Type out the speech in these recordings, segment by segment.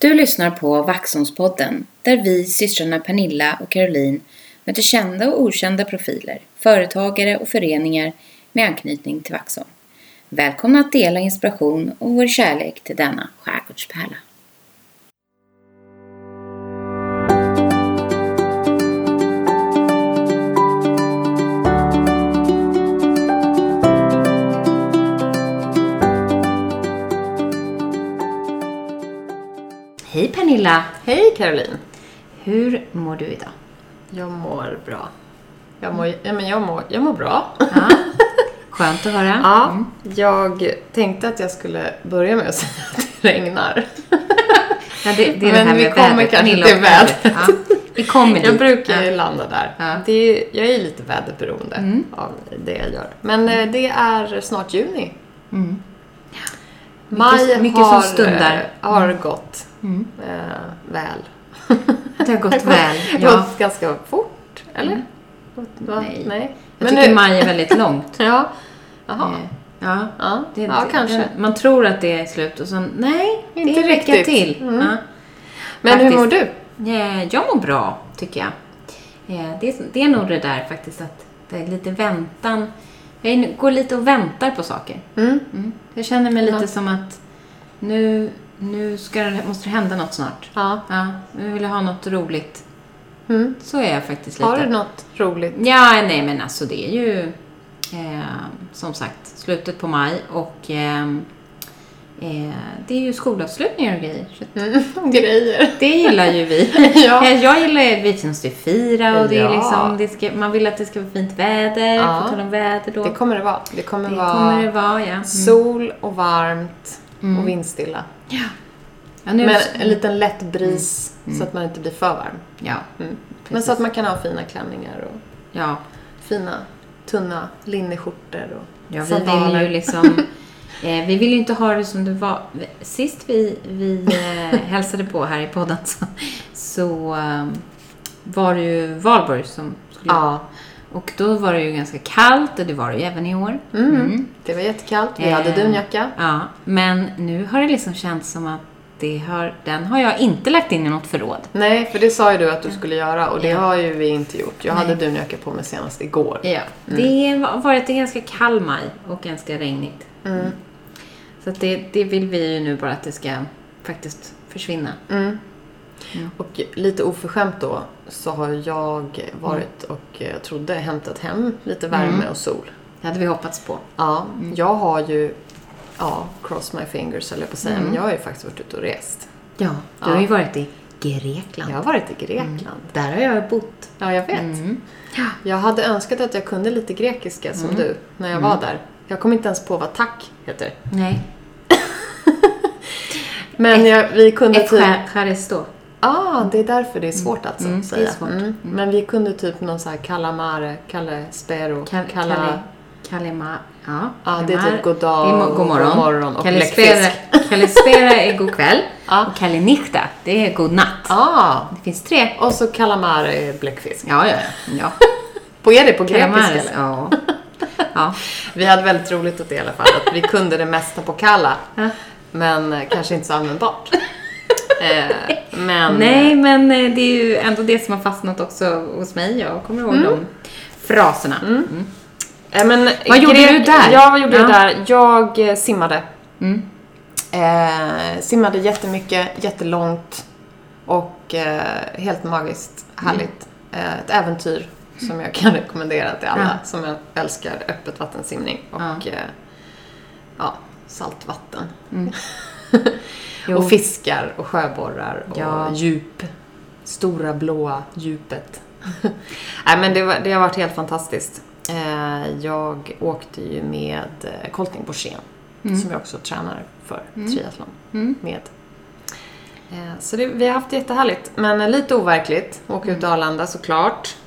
Du lyssnar på Vaxholmspodden, där vi, systrarna Pernilla och Caroline, möter kända och okända profiler, företagare och föreningar med anknytning till Vaxholm. Välkomna att dela inspiration och vår kärlek till denna skärgårdspärla. Hej Pernilla! Hej Caroline! Hur mår du idag? Jag mår bra. Jag mår bra. Ja. Skönt att höra. Ja, jag tänkte att jag skulle börja med att säga att det regnar. Ja, det är men det här vi med kommer vädret. kanske till vädret. Ja. Vi kommer dit. Jag brukar ju landa där. Ja. Jag är lite väderberoende av det jag gör. Men det är snart juni. Mm. Maj mycket som stundar. har gått väl. Det har gått väl. Det har gått ganska fort, eller? Nej. Jag tycker maj är väldigt långt. Ja. Jaha. Ja, kanske. Man tror att det är slut och så nej, inte det räcker riktigt till. Mm. Ja. Men faktiskt, hur mår du? Jag mår bra, tycker jag. Det är nog det där faktiskt att det är lite väntan. Jag går lite och väntar på saker. Jag känner mig lite som att nu måste det hända något snart. Ja. Nu vill jag ha något roligt. Så är jag faktiskt lite. Har du något roligt? Ja, nej men alltså det är ju som sagt slutet på maj och det är ju skolavslutningar och grejer. Grejer. Det gillar ju vi. Ja. Jag gillar vi måste fira och det är Ja. liksom, man vill att det ska vara fint väder. Ja. På tal om väder då. Det kommer det vara. Det kommer vara ja. sol och varmt och vindstilla. Ja, Men en liten lätt bris så att man inte blir för varm. Ja. Men så att man kan ha fina klänningar och Ja. fina tunna linneskjortor och Ja, vi vill ju liksom vi vill ju inte ha det som det var sist vi hälsade på här i podden så var det ju Valborg som skulle. Ja. Och då var det ju ganska kallt och det var det ju även i år. Det var jättekallt. Vi hade dunjacka. Ja, men nu har det liksom känts som att den har jag inte lagt in i något förråd. Nej, för det sa ju du att du skulle göra och det har ju vi inte gjort. Jag hade dunjacka på mig senast igår. Ja, det har varit en ganska kall maj och ganska regnigt. Så att det vill vi ju nu bara att det ska faktiskt försvinna. Och lite oförskämt då så har jag varit och jag trodde hämtat hem lite värme och sol. Det hade vi hoppats på. Ja, jag har ju cross my fingers eller på att säga, men jag har ju faktiskt varit ute och rest. Ja, du har ju varit i Grekland. Jag har varit i Grekland. Där har jag bott. Ja, jag vet. Jag hade önskat att jag kunde lite grekiska som du när jag var där. Jag kom inte ens på vad tack heter. Nej. Men vi kunde Charisto. det är därför det är svårt alltså att säga. Det är svårt. Men vi kunde typ någon så här calamare, calespero, Kalema. Ja, det är typ god dag, god morgon och bläckfisk. Kalispera är god kväll. Och kalenichta, det är god natt. Det finns 3. Och så calamare är bläckfisk. Ja. På är det på grekiska eller? Ja. Vi hade väldigt roligt åt det i alla fall. Att vi kunde det mesta på kalla. Men kanske inte så användbart. Nej, men det är ju ändå det som har fastnat också hos mig. Jag kommer ihåg de fraserna. Men vad gjorde du där? Ja, vad gjorde jag där? Jag simmade. Simmade jättemycket, jättelångt. Och helt magiskt härligt. Ett äventyr som jag kan rekommendera till alla som jag älskar öppet vattensimning. Och saltvatten. Och fiskar och sjöborrar och djup. Stora blåa djupet. Nej, men det har varit helt fantastiskt. Jag åkte ju med Colting Borssén som jag också tränar för triathlon med. Så vi har haft det jättehärligt. Men lite overkligt. Åka ut till Arlanda såklart.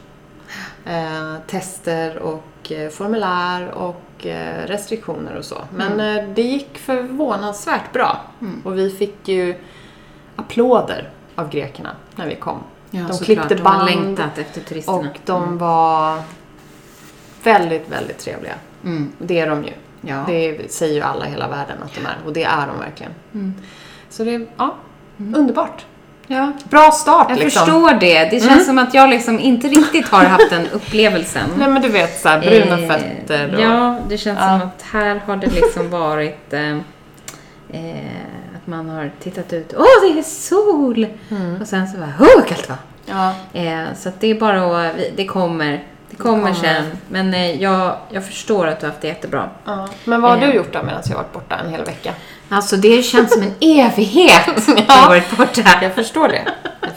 Tester och formulär och restriktioner och så. Men det gick förvånansvärt bra. Och vi fick ju applåder av grekerna när vi kom. Ja, de klippte band längtat efter turisterna. och de var väldigt, väldigt trevliga. Det är de ju. Ja. Det säger ju alla i hela världen att de är. Och det är de verkligen. Så det, Underbart. Ja. Bra start Jag liksom. förstår det. Det känns som att jag liksom inte riktigt har haft den upplevelsen. Nej, men du vet, så här, bruna fötter. Och... Ja, det känns som att här har det liksom varit att man har tittat ut. Det är sol! Och sen så bara, vad kallt det var. Ja. Så att det är bara att, det kommer sen. Men jag förstår att du har haft det jättebra. Ja. Men vad har du gjort då medan jag har varit borta en hel vecka? Alltså det känns som en evighet att jag har varit borta. Jag förstår det.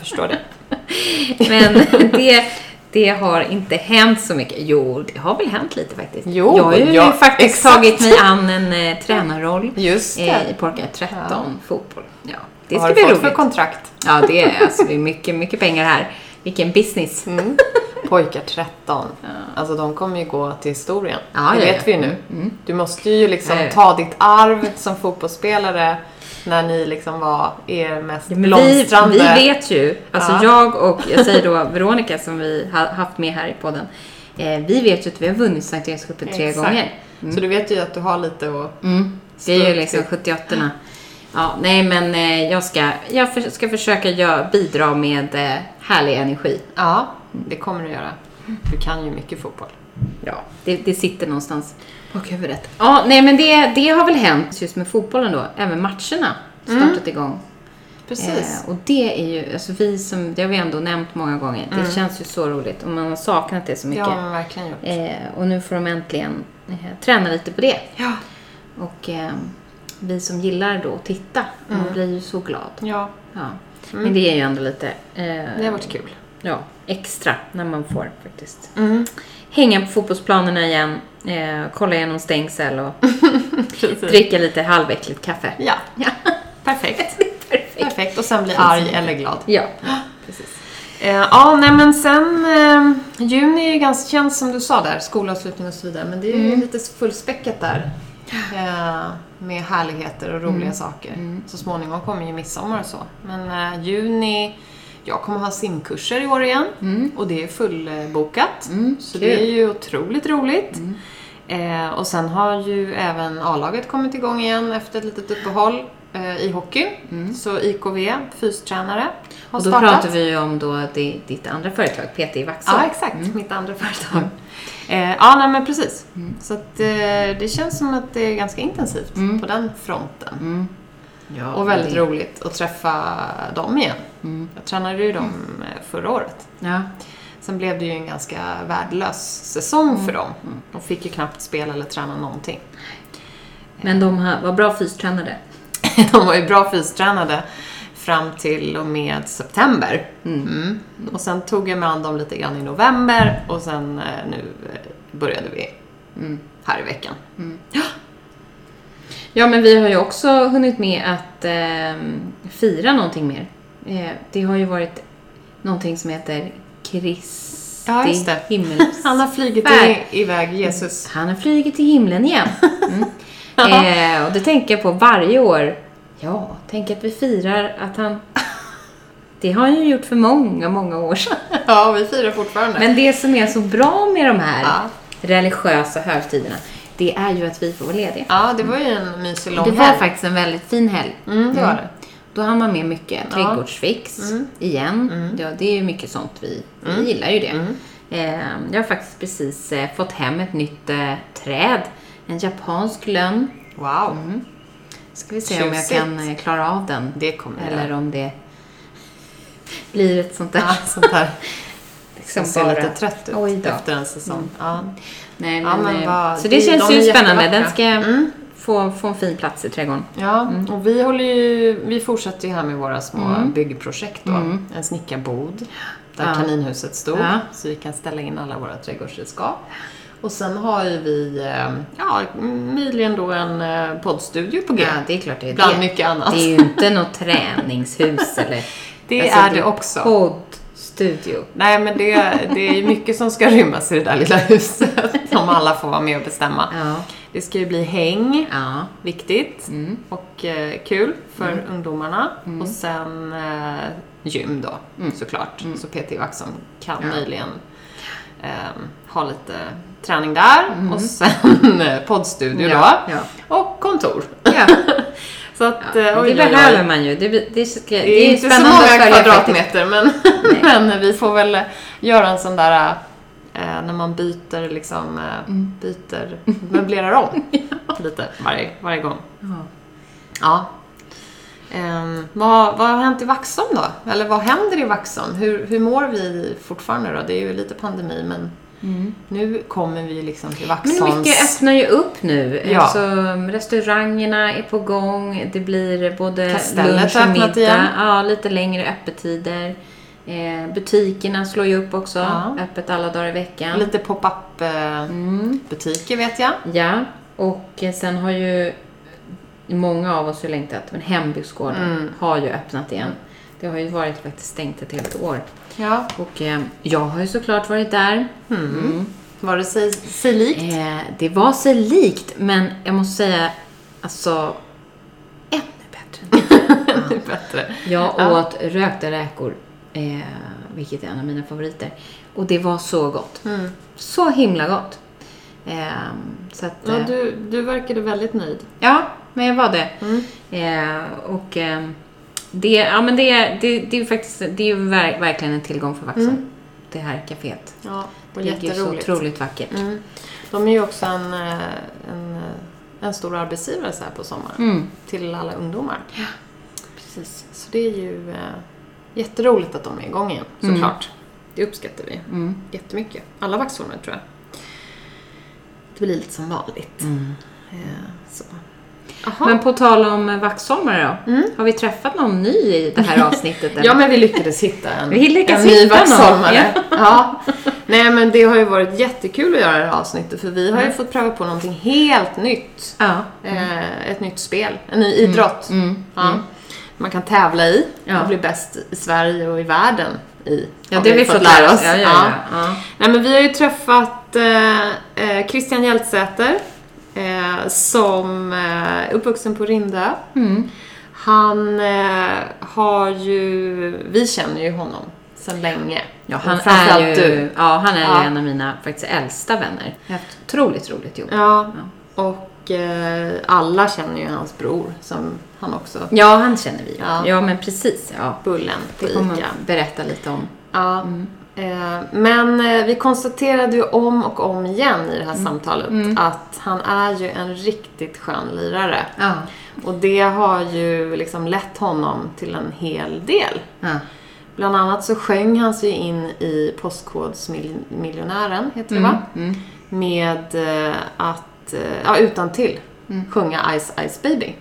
Men det har inte hänt så mycket. Jo, det har väl hänt lite faktiskt. Jo, jag har ju faktiskt tagit mig an en tränarroll. Just det. I Pojkar 13 fotboll. Ja, det ska ska bli bli roligt. roligt. För kontrakt? Ja, det är mycket pengar här. Vilken business. Pojkar 13. Alltså de kommer ju gå till historien. Ja, det vet vi ju nu. Du måste ju liksom ta ditt arv som fotbollsspelare när ni liksom var er mest blomstrande. Vi vet ju, alltså jag säger då Veronica som vi har haft med här i podden. Vi vet ju att vi har vunnit Sankt Erikscupen 3 gånger. Så du vet ju att du har lite att... Det är ju liksom 78-orna. Ja, nej men jag ska försöka bidra med härlig energi. Ja, det kommer du göra. Du kan ju mycket fotboll. Ja, det sitter någonstans bak huvudet. Ja, nej men det har väl hänt just med fotbollen då. Även matcherna startat igång. Precis. Och det är ju, alltså det har vi ändå nämnt många gånger. Det känns ju så roligt och man har saknat det så mycket. Ja, man verkligen gjort. Och nu får de äntligen träna lite på det. Ja. Och vi som gillar då att titta, man blir ju så glad. Ja. Men det är ju ändå lite... det har varit kul. Ja, extra när man får faktiskt. Hänga på fotbollsplanerna igen, kolla igenom stängsel och dricka lite halväckligt kaffe. Ja. Perfekt. Perfekt. Och sen bli arg eller glad. Ja, precis. Nej men sen juni är ju ganska, känns som du sa där, skolavslutning och så vidare. Men det är ju lite fullspäckat där. Med härligheter och roliga saker. Så småningom kommer ju midsommar och så. Men juni, jag kommer ha simkurser i år igen. Och det är fullbokat. Så kul. det är ju otroligt roligt. Och sen har ju även A-laget kommit igång igen efter ett litet uppehåll i hockey. Så IKV, fystränare, har och då startat. pratar vi ju om då ditt andra företag, PT i Vaxholm. Ja, exakt. Mitt andra företag. Nej men precis. Så att, det känns som att det är ganska intensivt på den fronten. Ja, och väldigt roligt att träffa dem igen. Jag tränade ju dem förra året. Ja. Sen blev det ju en ganska värdelös säsong för dem. De fick ju knappt spela eller träna någonting. Men de var bra fystränade. De var ju bra fystränade fram till och med september. Och sen tog jag mig an dem lite grann i november. Och sen nu började vi här i veckan. Ja, men vi har ju också hunnit med att fira någonting mer. Det har ju varit någonting som heter Kristi himmelsfärd. Han har flugit iväg, Jesus. Han har flugit till himlen igen. Och det tänker jag på varje år. Ja, tänk att vi firar att han... Det har han ju gjort för många år sedan. Ja, vi firar fortfarande. Men det som är så bra med de här religiösa högtiderna, det är ju att vi får vara lediga. Ja, det var ju en mysig lång helg. Det var faktiskt en väldigt fin helg. Det var det. Då har man med mycket trädgårdsfix igen. Ja, det är ju mycket sånt vi gillar ju det. Jag har faktiskt precis fått hem ett nytt träd. En japansk lönn. Wow. Ska vi se om jag kan klara av den. Det kommer eller om det blir ett sånt där. Ja, sånt där. Liksom ser lite trött ut efter en säsong. Nej, men så det känns ju spännande. Den ska få en fin plats i trädgården. Ja, och vi fortsätter ju här med våra små byggprojekt då. En snickarbod där kaninhuset stod. Så vi kan ställa in alla våra trädgårdsredskap. Och sen har ju vi nyligen då en poddstudio på G. Ja, det är klart det är bland mycket annat. Det är ju inte något träningshus eller... Det är det också. Poddstudio. Nej, men det är ju mycket som ska rymmas i det där lilla huset. Om alla får vara med och bestämma. Ja. Det ska ju bli häng. Viktigt. Och kul för ungdomarna. Och sen gym då, såklart. Så PT Vaxholm kan möjligen ha lite träning där. Och sen poddstudio då. Och kontor. Ja. Så att, det behöver man ju. Det är inte så många kvadratmeter, men vi får väl göra en sån där när man byter liksom möblerar om lite varje gång. Ja. Vad har hänt i Vaxholm då? Eller vad händer i Vaxholm? Hur mår vi fortfarande då? Det är ju lite pandemi, men nu kommer vi liksom till Vaxholms... Men mycket öppnar ju upp nu. Ja. Alltså, restaurangerna är på gång. Det blir både lunch och middag. Igen. Ja, lite längre öppettider. Butikerna slår ju upp också. Öppet alla dagar i veckan. Lite pop-up butiker vet jag. Ja, och sen har ju många av oss ju längtat. Men Hembygdsgården har ju öppnat igen. Det har ju varit faktiskt stängt ett helt år. Ja. Och jag har ju såklart varit där. Var det sig likt? Det var sig likt, men jag måste säga alltså ännu bättre. Bättre. Jag åt rökta räkor, vilket är en av mina favoriter. Och det var så gott. Så himla gott. Så att, du verkade väldigt nöjd. Ja, men jag var det. Det är faktiskt, det är ju verkligen en tillgång för Vaxholm. Det här kaféet. Ja, och det är ju så otroligt vackert. De är ju också en stor arbetsgivare så här på sommaren. Till alla ungdomar. Ja, precis. Så det är ju jätteroligt att de är igång igen, såklart. Det uppskattar vi jättemycket. Alla Vaxholmare tror jag. Det blir lite som vanligt. Så. Aha. Men på tal om Vaxholmare då. Har vi träffat någon ny i det här avsnittet? Ja, men vi lyckades hitta en ny Vaxholmare. Ja. Nej, men det har ju varit jättekul att göra det här avsnittet. För vi har ju fått pröva på någonting helt nytt. Ett nytt spel. En ny idrott. Man kan tävla i och bli bäst i Sverige och i världen i. Ja, det har vi fått lära oss. Ja. Nej, men vi har ju träffat Christian Hjältsäter. Som uppvuxen på Rindö. Han har ju, vi känner ju honom sedan länge. Ja, han är ju en av mina faktiskt äldsta vänner. Jag har haft otroligt roligt jobb. Ja. Och alla känner ju hans bror som han också. Ja, han känner vi. Ja, men precis. Ja. Bullen på det kommer berätta lite om. Ja. Men vi konstaterade ju om och om igen i det här samtalet att han är ju en riktigt skön lirare. Och det har ju liksom lett honom till en hel del. Bland annat så sjöng han sig in i Postkodsmiljonären, heter det va? Med att, utan till sjunga Ice Ice Baby.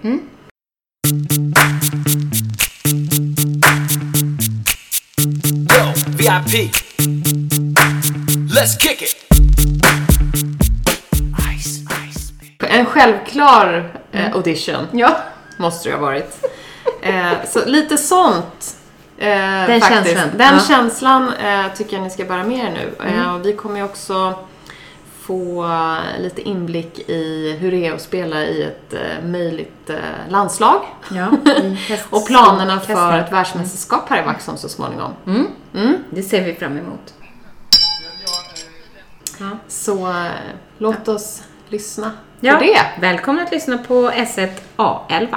VIP. Let's kick it. Ice, ice. En självklar audition. Ja, måste det ha varit. Så lite sånt. Den faktiskt. känslan. Den känslan tycker jag ni ska bära med er nu. Och vi kommer ju också få lite inblick i hur det är att spela i ett möjligt landslag. Ja, och planerna för ett världsmästerskap här i Vaxholm så småningom. Det ser vi fram emot. Så låt oss lyssna på det. Välkommen att lyssna på S1A11.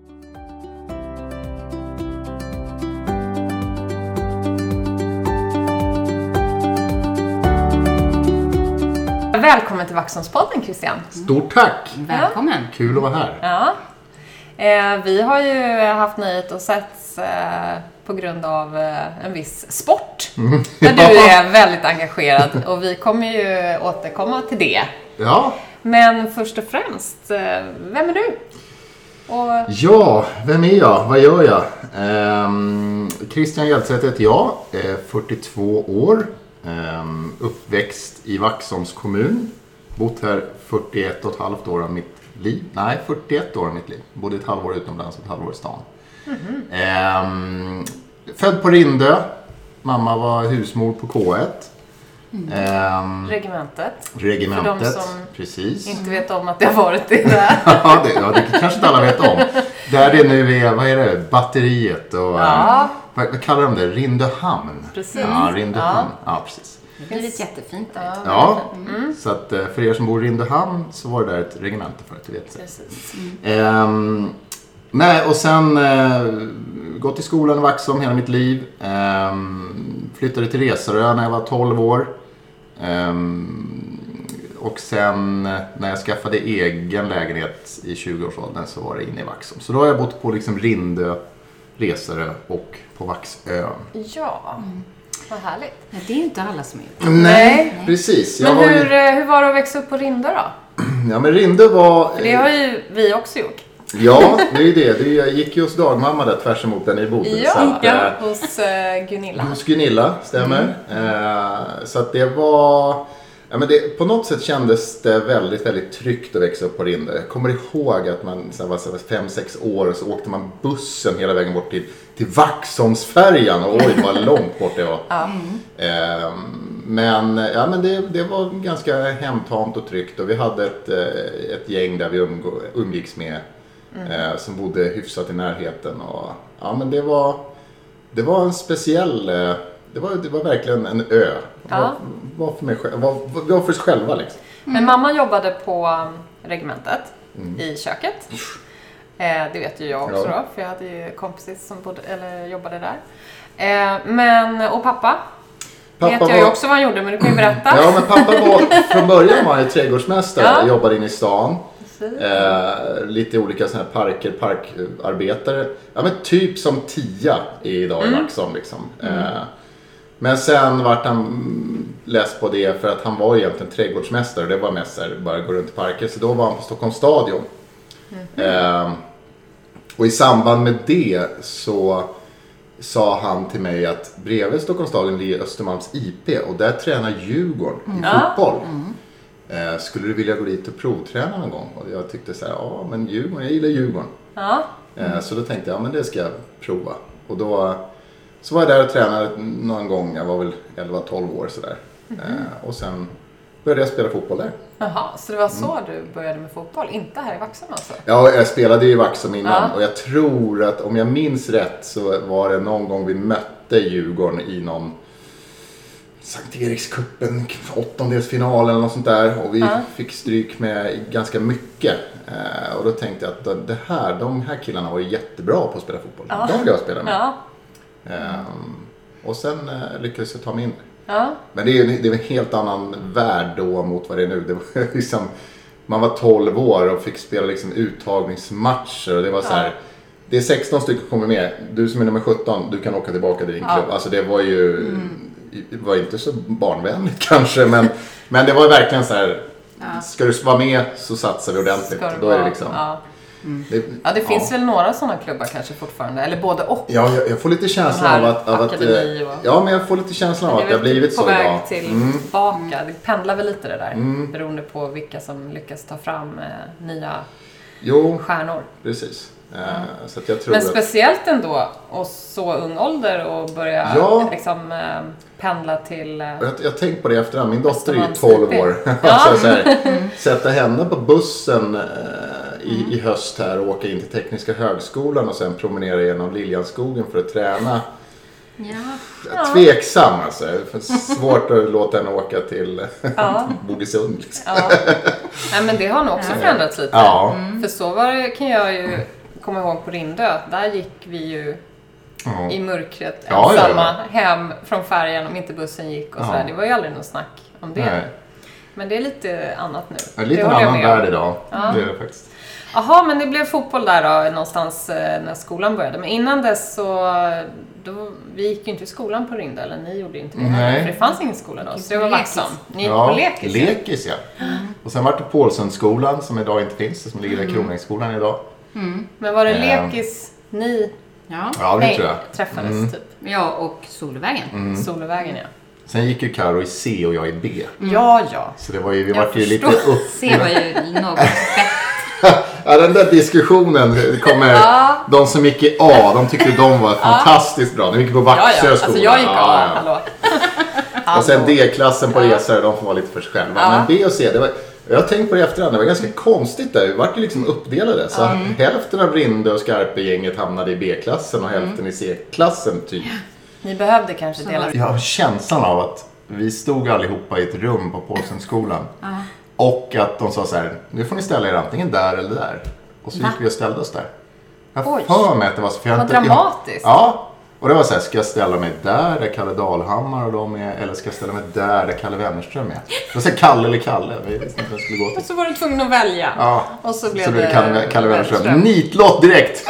Välkommen till Vaxholmspodden, Christian. Stort tack! Välkommen. Kul att vara här. Ja. Vi har ju haft nöjet att setts på grund av en viss sport. Där du är väldigt engagerad och vi kommer ju återkomma till det. Ja. Men först och främst, vem är du? Ja, vem är jag? Vad gör jag? Christian Hjältsäter heter jag, 42 år. Uppväxt i Vaxholms kommun. Bott här 41,5 år av mitt liv. Nej, 41 år av mitt liv. Bodde ett halvår utomlands och ett halvår i stan. Född på Rindö. Mamma var husmor på K1. Regementet. Regementet, för de som precis. inte vet om att det har varit det där. det kanske inte alla vet om. Där det nu är, vad är det? Batteriet och... Vad kallar de det? Rindöhamn. Precis. Ja, Rindöhamn. Ja, precis. Det har blivit jättefint där. Ja, så att för er som bor i Rindöhamn så var det där ett regemente för att du vet. Precis. Nej, och sen gått i skolan i Vaxholm hela mitt liv. Flyttade till Resarö när jag var 12 år. Och sen när jag skaffade egen lägenhet i 20-årsåldern så var det inne i Vaxholm. Så då har jag bott på liksom Rindö, Resarö och på Vaxö. Ja, vad härligt. Nej, det är inte alla som är. Nej, precis. Men hur var det att växa upp på Rindö då? Ja, men Rindö var... För det har ju vi också gjort. Ja, det är ju det. Jag gick ju hos dagmamma där tvärs emot där ni bodde. Ja, hos Gunilla. Hos Gunilla, stämmer. Så att det var... Ja, men på något sätt kändes det väldigt, väldigt tryggt att växa upp på Rindö. Jag kommer ihåg att man var 5-6 år och så åkte man bussen hela vägen bort till Vaxholmsfärjan. Och oj, vad långt bort det var. Men det var ganska hemtamt och tryggt. Och vi hade ett gäng där vi umgicks med som bodde hyfsat i närheten. Och, ja, men det var en speciell... Det var verkligen en ö. Var för mig själv, var för sig själva liksom. Men mamma jobbade på regementet i köket. Det vet ju jag också då, för jag hade ju kompisar som jobbade där. Och pappa vet jag ju också vad han gjorde, men du kan ju berätta. Ja, men pappa från början var ju trädgårdsmästare, jobbade inne i stan. Lite olika såna här parkarbetare. Ja, men typ som Tia är idag i Vaxholm liksom. Men sen vart han läst på det för att han var egentligen trädgårdsmästare. Det var mest här, bara gå runt i parker. Så då var han på Stockholms stadion. Och i samband med det så sa han till mig att bredvid Stockholms stadion ligger Östermalms IP. Och där tränar Djurgården i fotboll. Skulle du vilja gå dit och provträna någon gång? Och jag tyckte så här, ja men Djurgården, jag gillar Djurgården. Så då tänkte jag, ja men det ska jag prova. Och då... Så var jag där och tränade någon gång, jag var väl 11-12 år sådär. Och sen började jag spela fotboll där. Jaha, så det var så du började med fotboll, inte här i Vaxholm alltså? Ja, jag spelade ju i Vaxholm innan. Och jag tror att, om jag minns rätt, så var det någon gång vi mötte Djurgården i någon Sankt Erikscupen, 8-delsfinal eller något sånt där. Och vi fick stryk med ganska mycket. Och då tänkte jag att de här killarna var jättebra på att spela fotboll. De vill jag spela med. Och sen lyckades jag ta mig in. Men det är en helt annan värld då mot vad det är nu. Det var liksom, man var 12 år och fick spela liksom uttagningsmatcher. Och det var så här, det är 16 stycken som kommer med. Du som är nummer 17, du kan åka tillbaka till din klubb. Alltså det var ju var inte så barnvänligt kanske. Men det var verkligen så här, ska du vara med så satsar vi ordentligt. Då är det liksom... Det finns väl några sådana klubbar kanske fortfarande, eller både och. Ja, jag får lite känslan av att ja, men jag får lite känslan av att det har blivit så idag. På väg tillbaka. Det pendlar väl lite det där, beroende på vilka som lyckas ta fram nya stjärnor. Precis. Så att jag tror men speciellt ändå, och så ung ålder och börja liksom pendla till... Jag tänkte på det efterhand. Min dotter är ju 12 år. Så här, sätta henne på bussen i höst här och åka in till Tekniska högskolan och sen promenera genom Liljanskogen för att träna. Tveksam alltså. Svårt att låta henne åka till Bogesund. Liksom. Nej, men det har nog också förändrats lite. För så var det, kan jag ju komma ihåg på Rindö. Där gick vi ju i mörkret ensamma hem från färjan om inte bussen gick och sådär. Det var ju aldrig någon snack om det. Nej. Men det är lite annat nu. Det är lite en annan värld idag. Det är det faktiskt. Jaha, men det blev fotboll där då, någonstans när skolan började. Men innan dess så... vi gick ju inte i skolan på Rindö, eller ni gjorde inte det. Nej. För det fanns ingen skola då, så det var Vaxholm. Ni gick på Lekis. Lekis, Och sen var det Pålsundsskolan som idag inte finns, som ligger där Kronängsskolan idag. Men var det Lekis ni det tror jag. Träffades typ? Ja, och Solvägen. Solvägen, Sen gick ju Karo i C och jag i B. Ja. Så det var ju, vi var ju lite upp. C var ju något bättre. Ja, den där diskussionen kommer. De som gick i A, de tyckte de var fantastiskt bra. De gick på Vaxö skola. Alltså jag gick A, hallå. Och sen D-klassen på resor, de får vara lite för sig själva. Men B och C, det var, jag har tänkt på det efterhand, det var ganska konstigt där. Vi var ju liksom uppdelade. Så hälften av Rindö och Skarpe-gänget hamnade i B-klassen och hälften i C-klassen typ. Ni behövde kanske dela. Jag har känslan av att vi stod allihopa i ett rum på Pålsundsskolan. Och att de sa så här, nu får ni ställa er antingen där eller där. Och så gick vi och ställde oss där. Jag har för mig att det var så. Vad dramatiskt. Ja. Och det var så här, ska jag ställa mig där Kalle Dahlhammar och de är, eller ska jag ställa mig där Kalle Wennerström är? Det var så här, Kalle eller Kalle, vi visste inte vad jag skulle gå till. Och så var du tvungen att välja. Ja. Och så blev så det Kalle Wennerström. Nitlott direkt!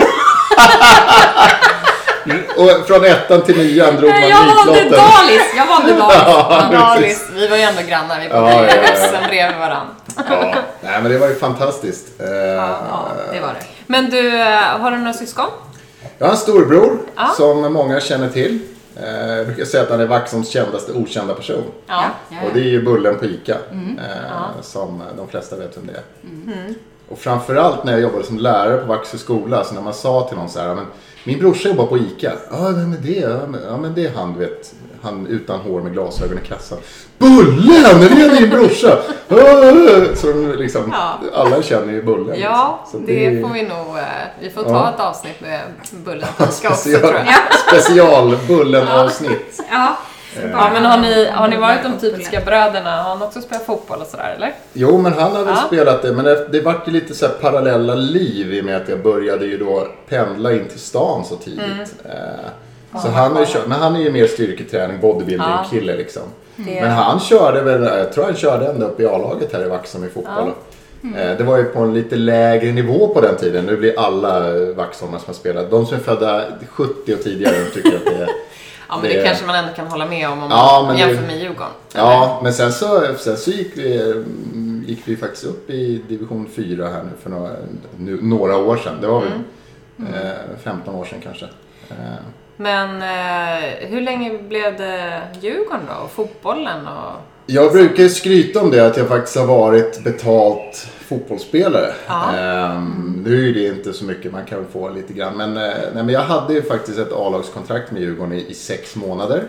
Och från 1 till 9 drog man nitlotten. Jag valde Dalis. Vi var ju ändå grannar, vi bodde sen bredvid varandra. Ja. Nej, men det var ju fantastiskt. Ja, det var det. Men du, har du några syskon? Jag har en storbror som många känner till. Jag brukar säga att han är Vaxholms kändaste okända person. Ja. Och det är ju Bullen på Ica. Som de flesta vet vem det är. Och framförallt när jag jobbade som lärare på Vaxhö skola. Så när man sa till någon så här, men min brorsa jobbar på Ica. Ja, vem är det? Ja, men det är han, du vet. Han utan hår med glasögon i kassan. Bullen! Är det din brorsa? Så liksom, alla känner ju Bullen. Ja, så det får vi nog... Vi får ta ett avsnitt med Bullen. Special Bullen-avsnitt. Ja, men har ni varit de typiska bröderna? Har han också spelat fotboll och sådär, eller? Jo, men han har väl spelat det. Men det var ju lite så här parallella liv i och med att jag började ju då pendla in till stan så tidigt. Så han har ju kört, men han är ju mer styrketräning, bodybuilding-kille liksom. Men han körde väl, jag tror han körde ända upp i A-laget här i Vaxholm i fotboll. Det var ju på en lite lägre nivå på den tiden. Nu blir alla Vaxholmar som har spelat. De som är födda 70 och tidigare tycker att det är... Ja, men det kanske man ändå kan hålla med om man jämför med Djurgården. Ja, men sen så gick vi faktiskt upp i division 4 här nu för några år sedan. Det var väl 15 år sedan kanske. Men hur länge blev det Djurgården då? Och fotbollen? Jag brukar skryta om det, att jag faktiskt har varit betalt fotbollsspelare. Nu är det inte så mycket, man kan väl få lite grann. Men jag hade ju faktiskt ett A-lagskontrakt med Djurgården i 6 månader.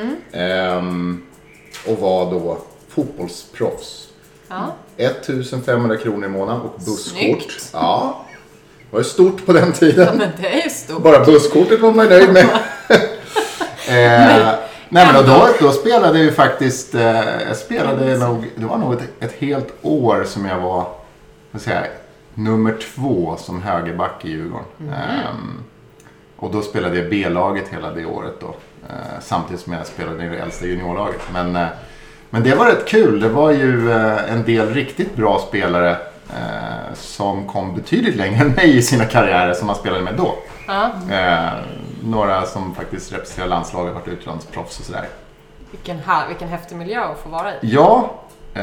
Och var då fotbollsproffs. 1500 kronor i månaden och busskort. Snyggt. Ja, det var ju stort på den tiden. Ja, men det är ju stort. Bara busskortet var man nöjd med. Nej, men då spelade jag ju faktiskt, det var nog ett helt år som jag var, vad säger jag, nummer 2 som högerback i Djurgården. Och då spelade jag B-laget hela det året då, samtidigt som jag spelade i det äldsta juniorlaget. Men det var rätt kul, det var ju en del riktigt bra spelare som kom betydligt längre än mig i sina karriärer som man spelade med då. Några som faktiskt representerar landslaget, varit utlandsproffs och sådär. Vilken häftig miljö att få vara i. Ja,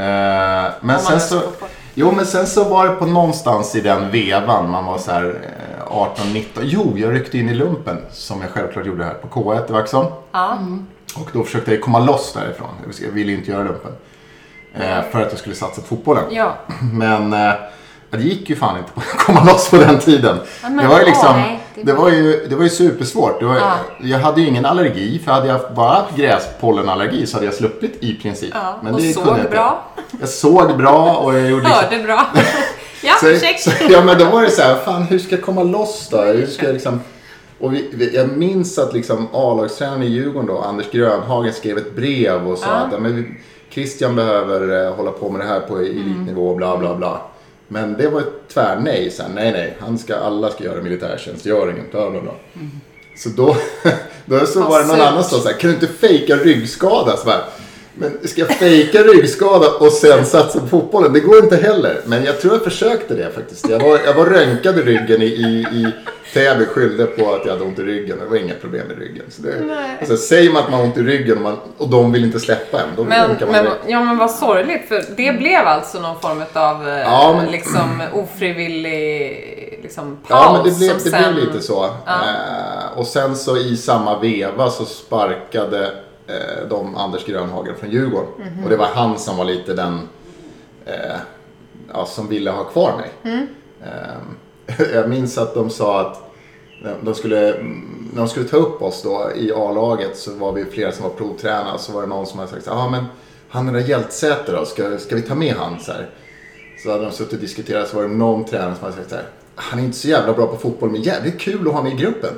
men sen så var det på någonstans i den vevan, man var så här 18-19. Jo, jag ryckte in i lumpen som jag självklart gjorde här på K1 i Vaxholm. Och då försökte jag komma loss därifrån. Jag ville inte göra lumpen. För att jag skulle satsa på fotbollen. Ja. Men det gick ju fan inte att komma loss på den tiden. Det var ju liksom, det var ju supersvårt. Jag hade ju ingen allergi, för hade jag bara haft gräspollenallergi så hade jag sluppit i princip. Men och det såg bra. Jag såg bra och jag gjorde hörde bra. Ja, men då var det så här, fan, hur ska jag komma loss då? Hur ska jag liksom... Och jag minns att liksom A-lagstränaren i Djurgården då, Anders Grönhagen, skrev ett brev och sa att Christian behöver hålla på med det här på elitnivå och bla bla bla. Men det var ett tvärnej. Nej, alla ska göra militärtjänstgöringen, bla bla bla. Så då var det någon annan som sa så här, kan du inte fejka ryggskada? Så bara, men ska jag fejka ryggskada och sen satsa på fotbollen? Det går inte heller. Men jag tror jag försökte det faktiskt. Jag var röntgade ryggen i Täby, skyllde på att jag hade ont i ryggen. Det var inga problem med ryggen. Så alltså, säger man att man har ont i ryggen och de vill inte släppa en, då men vad sorgligt. För det blev alltså någon form av liksom ofrivillig liksom, paus. Ja, men det blev lite så. Och sen så i samma veva så sparkade de Anders Grönhagen från Djurgården. Och det var han som var lite den som ville ha kvar mig. Jag minns att de sa att när de skulle ta upp oss då i A-laget, så var vi flera som var provtränare. Så var det någon som hade sagt men han är där Hjältsäter då, ska vi ta med han så här? Så hade de suttit och diskuterat, så var det någon tränare som hade sagt så här, han är inte så jävla bra på fotboll, men jävligt kul att ha med i gruppen.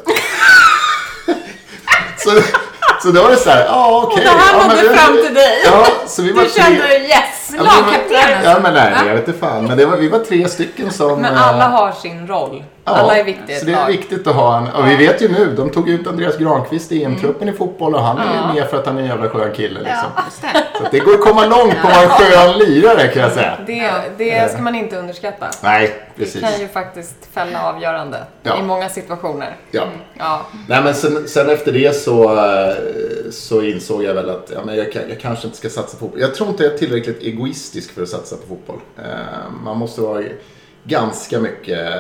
Så då var det så här, okej. Och det här nådde fram till dig. Ja, så vi var du kände yes, lagkapten. Ja, men nej, jag vet inte fan. Men vi var 3 stycken som... Men alla har sin roll. Alla är viktiga. Så det är viktigt att ha en... Och vi vet ju nu, de tog ut Andreas Granqvist i EM-truppen i fotboll och han är ju med för att han är en jävla skön kille liksom. Så det går att komma långt på att vara en skön lirare kan jag säga. Det ska man inte underskatta. Nej, precis. Det kan ju faktiskt fälla avgörande i många situationer. Ja. Nej, men sen efter det så insåg jag väl att jag kanske inte ska satsa på fotboll. Jag tror inte jag är tillräckligt egoistisk för att satsa på fotboll. Man måste vara ganska mycket...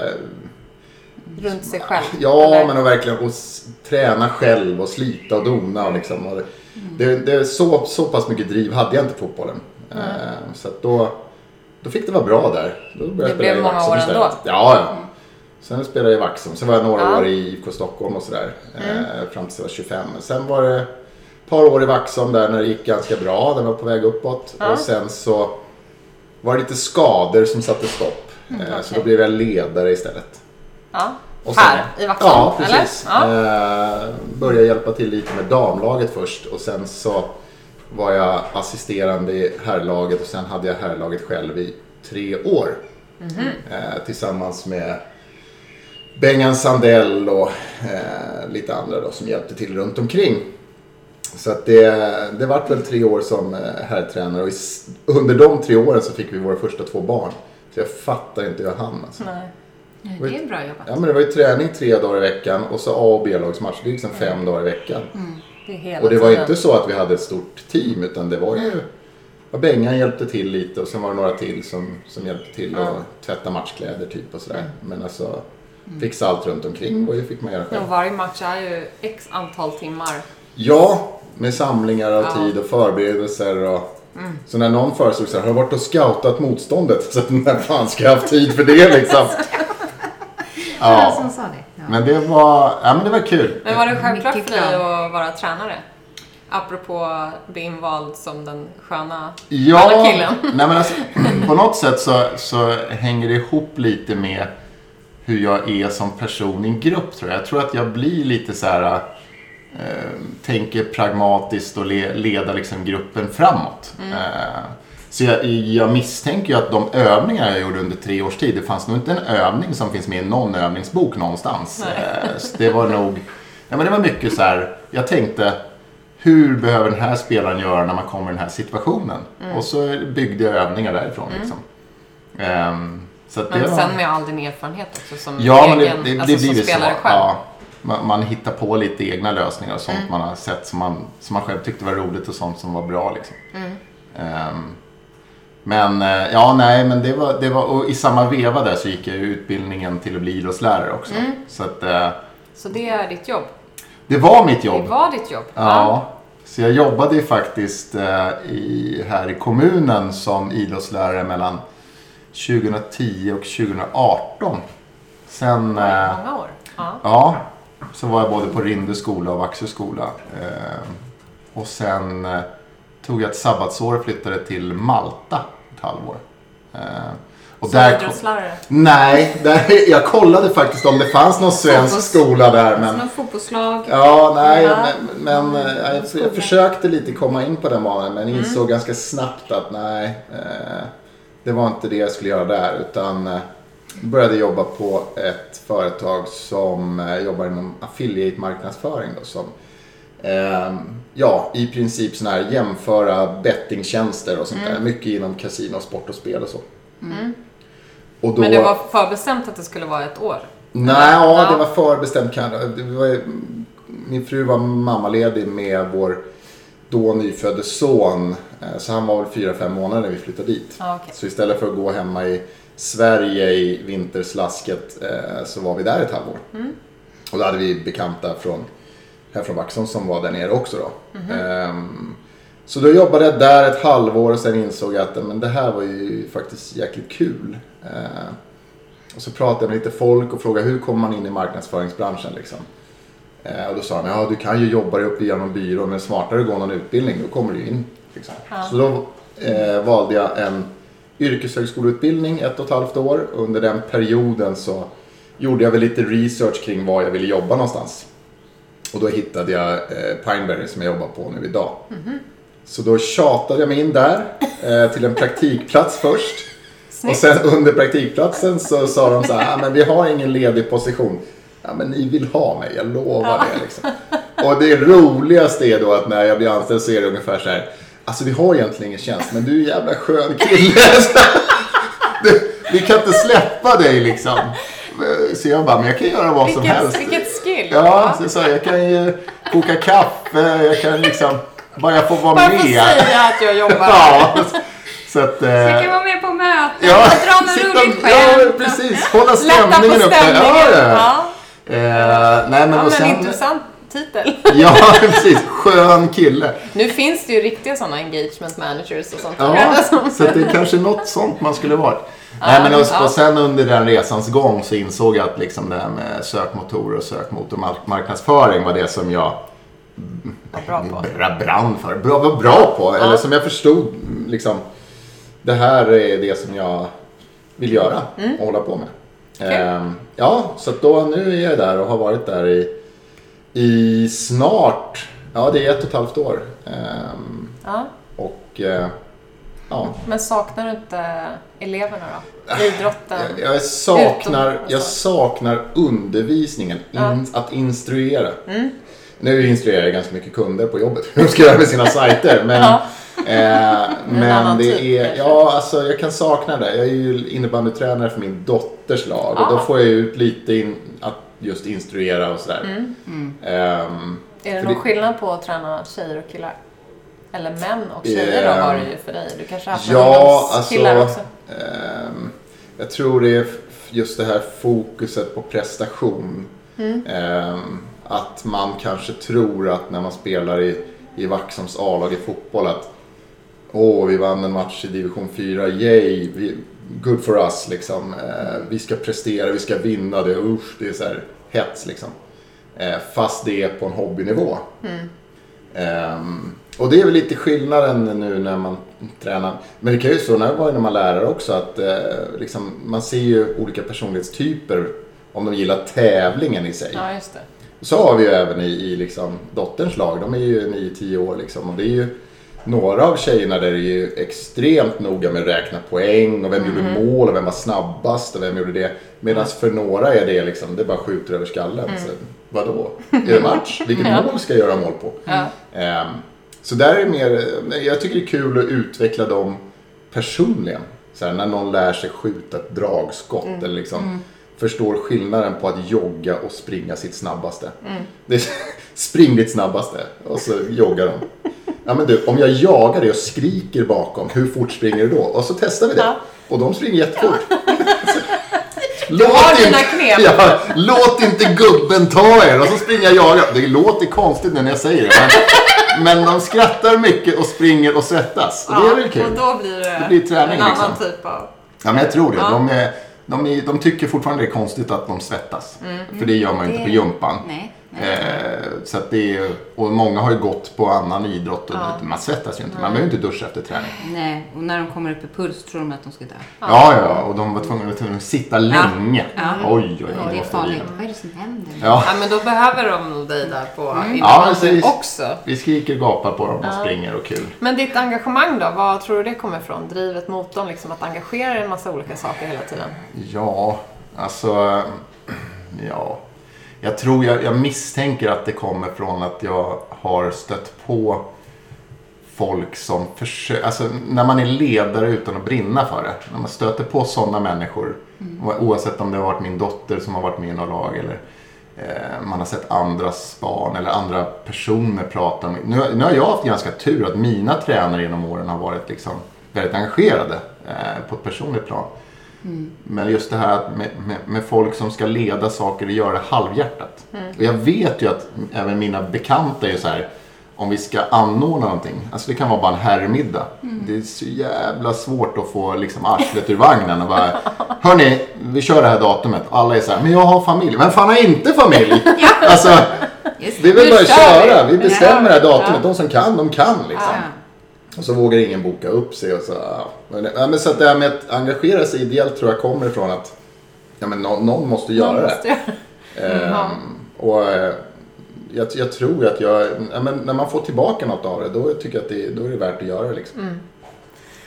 Runt sig själv. Ja, eller? Men att verkligen träna själv och slita och dona. Och liksom, och det är så pass mycket driv hade jag inte på fotbollen. Så att då fick det vara bra där. Det blev många år ändå. Ja. Sen spelade jag i Vaxholm. Sen var jag några år i IFK Stockholm och sådär. Fram till jag var 25. Sen var det ett par år i Vaxholm där när det gick ganska bra. Den var på väg uppåt. Och sen så var det lite skador som satte stopp. Så då blev jag ledare istället. Ja. Och sen, här i Vaxholm? Ja, precis. Började hjälpa till lite med damlaget först. Och sen så var jag assisterande i herrlaget. Och sen hade jag herrlaget själv i 3 år. Tillsammans med Bengan Sandell och lite andra då, som hjälpte till runt omkring. Så att det var väl 3 år som herrtränare. Och under de 3 åren så fick vi våra första 2 barn. Så jag fattar inte hur jag hann alltså. Nej. Det är bra jobbat. Ja, men det var ju träning 3 dagar i veckan och så A- och B-lagsmatch. Det är liksom 5 dagar i veckan. Och det var inte så att vi hade ett stort team, utan det var ju... Bengan hjälpte till lite och sen var det några till som hjälpte till att tvätta matchkläder typ och sådär. Men alltså fixa allt runt omkring och det fick man göra själv. Och varje match är ju x antal timmar. Ja, med samlingar av tid och förberedelser och... Så när någon föreslog så här, har jag varit och scoutat motståndet? Så att när fan ska jag ha tid för det liksom? Ja, som sa det. Ja. Men det var kul. Men var det självklart för dig att vara tränare? Apropå att bli invald som den sköna killen. Nej, men alltså, på något sätt så hänger det ihop lite med hur jag är som person i en grupp, tror jag. Jag tror att jag blir lite så här... tänker pragmatiskt och leda liksom gruppen framåt. Så jag misstänker ju att de övningar jag gjorde under 3 års tid, det fanns nog inte en övning som finns med i någon övningsbok någonstans. Så det var nog, men det var mycket så här, jag tänkte, hur behöver den här spelaren göra när man kommer i den här situationen? Och så byggde jag övningar därifrån liksom. Så att men sen med all din erfarenhet också som det blir som spelare så, själv. Ja. Man hittar på lite egna lösningar och sånt man har sett som man själv tyckte var roligt och sånt som var bra liksom. Men det var och i samma veva där så gick jag utbildningen till att bli idrottslärare också. Så det är ditt jobb? Det var mitt jobb. Det var ditt jobb? Ja. Så jag jobbade ju faktiskt här i kommunen som idrottslärare mellan 2010 och 2018. Sen... många år. Ja, så var jag både på Rinde skola och Vaxö skola. Och sen tog jag ett sabbatsår och flyttade till Malta ett halvår. Och som idrottslärare? Nej, jag kollade faktiskt om det fanns någon svensk skola där. Men, någon fotbollslag? Ja, nej, men jag försökte lite komma in på den banan, men insåg ganska snabbt att det var inte det jag skulle göra där, utan... började jobba på ett företag som jobbar inom affiliate-marknadsföring då, som i princip sån här jämföra bettingtjänster och sånt där, mycket inom kasino, sport och spel och så. Och då, men det var förbestämt att det skulle vara ett år? Nej, det var förbestämt. Min fru var mammaledig med vår då nyfödde son, så han var väl 4-5 månader när vi flyttade dit. Okay. Så istället för att gå hemma i Sverige i vinterslasket så var vi där ett halvår. Och då hade vi bekanta här från Vaxholm som var där nere också då. Så då jobbade jag där ett halvår och sen insåg jag att men det här var ju faktiskt jäkligt kul. Och så pratade jag med lite folk och frågade hur kommer man in i marknadsföringsbranschen liksom. Och då sa de, du kan ju jobba dig upp via någon byrå, men smartare att gå någon utbildning, då kommer du in. Liksom. Så då valde jag en yrkeshögskoleutbildning 1,5 år. Under den perioden så gjorde jag väl lite research kring var jag ville jobba någonstans. Och då hittade jag Pineberry som jag jobbar på nu idag. Så då tjatade jag mig in där till en praktikplats först. Och sen under praktikplatsen så sa de så här, men vi har ingen ledig position. Ja, men ni vill ha mig, jag lovar det liksom. Och det roligaste är då att när jag blir anställd så är det ungefär så här, alltså vi har egentligen ingen tjänst, men du är en jävla skön kille. Vi kan inte släppa dig liksom. Så jag bara, men jag kan göra vad som helst. Vilket skill. Ja, så jag sa, jag kan ju koka kaffe, jag kan liksom, bara jag får vara bara med. Bara få säga att jag jobbar. Ja, så att... Så jag kan vara med på möten, ja, dra något roligt skämt. Ja, precis. Hålla stämningen uppe. Nej, men och sen... intressant titel. Ja, precis. Skön kille. Nu finns det ju riktiga sådana engagement managers och sånt. Ja, så det är kanske något sånt man skulle vara. Nej, men och sen under den resans gång så insåg jag att liksom det här med sökmotorer och sökmotormarknadsföring var det som jag brann för. Var bra på. Eller som jag förstod liksom, det här är det som jag vill göra och hålla på med. Ja, så att då nu är jag där och har varit där i snart, ja det är 1,5 år. Och ja. Men saknar du inte eleverna då? Idrotten? Jag saknar undervisningen, att instruera. Nu instruerar jag ganska mycket kunder på jobbet. Hur de ska göra med sina sajter. Men, men det är, ja alltså jag kan sakna det. Jag är ju innebandytränare för min dotters lag. Och då får jag ut lite att just instruera och sådär. Är det någon skillnad på att träna tjejer och killar? Eller män och tjejer då har det ju för dig. Du kanske har haft killar också. Jag tror det är just det här fokuset på prestation. Att man kanske tror att när man spelar i Vaxholms A-lag i fotboll att vi vann en match i division 4, yay, good for us liksom. Vi ska prestera, vi ska vinna, det är så här hets liksom. Fast det är på en hobbynivå. Och det är väl lite skillnaden nu när man tränar. Men det kan ju så när man lärare också att liksom, man ser ju olika personlighetstyper om de gillar tävlingen i sig. Ja, just det. Så har vi ju även i liksom, dotterns lag, de är ju 9-10 år liksom, och det är ju några av tjejerna där är ju extremt noga med att räkna poäng och vem gjorde mål och vem var snabbast och vem gjorde det. Medan för några är det liksom, det bara skjuter över skallen. Så, vadå? Är det match? Vilket mål ska jag göra mål på? Så där är mer, jag tycker det är kul att utveckla dem personligen. Så här, när någon lär sig skjuta ett dragskott eller liksom förstår skillnaden på att jogga och springa sitt snabbaste. Det är, spring ditt snabbaste och så joggar de. Ja men du, om jag jagar dig och skriker bakom, hur fort springer du då? Och så testar vi det. Och de springer jättefort. Låt inte gubben ta er. Och så springer jag jaga. Det låter konstigt när jag säger det. Men de skrattar mycket och springer och svettas. Och det är väl kul. Och då blir det träning, en annan typ av... Ja men jag tror det. De tycker fortfarande det är konstigt att de svettas. För det gör man ju inte på jumpan. Nej. Så att det är, och många har ju gått på annan idrott och man svettas ju inte. Man behöver inte duscha efter träning. Nej, och när de kommer upp i puls tror de att de ska dö. Ja, och de var tvungna att sitta länge. Oj. Det är farligt. Vad är det som händer? Ja, men då behöver de dig där på också. Vi skriker och gapar på dem och springer och kul. Men ditt engagemang då, vad tror du det kommer ifrån? Drivet mot dem, liksom att engagera dig i en massa olika saker hela tiden? Ja, alltså... Ja... Jag misstänker att det kommer från att jag har stött på folk som försöker, alltså när man är ledare utan att brinna för det, när man stöter på sådana människor, oavsett om det har varit min dotter som har varit med i något lag eller man har sett andras barn eller andra personer prata med. Nu har jag haft ganska tur att mina tränare genom åren har varit liksom väldigt engagerade på ett personligt plan. Men just det här med folk som ska leda saker och göra det halvhjärtat. Och jag vet ju att även mina bekanta är så här, om vi ska anordna någonting, alltså det kan vara bara en herrmiddag. Det är så jävla svårt att få liksom arslet ur vagnen och bara, hörni, vi kör det här datumet. Alla är så här, men jag har familj. Men fan har inte familj? Alltså, det är väl bara att köra. Vi bestämmer det här datumet. De som kan, de kan liksom. Och så vågar ingen boka upp sig och så. Ja, men så att det här med att engagera sig ideellt tror jag kommer ifrån att men någon måste göra det. Och jag tror att men när man får tillbaka något av det, då tycker jag att då är det värt att göra det liksom.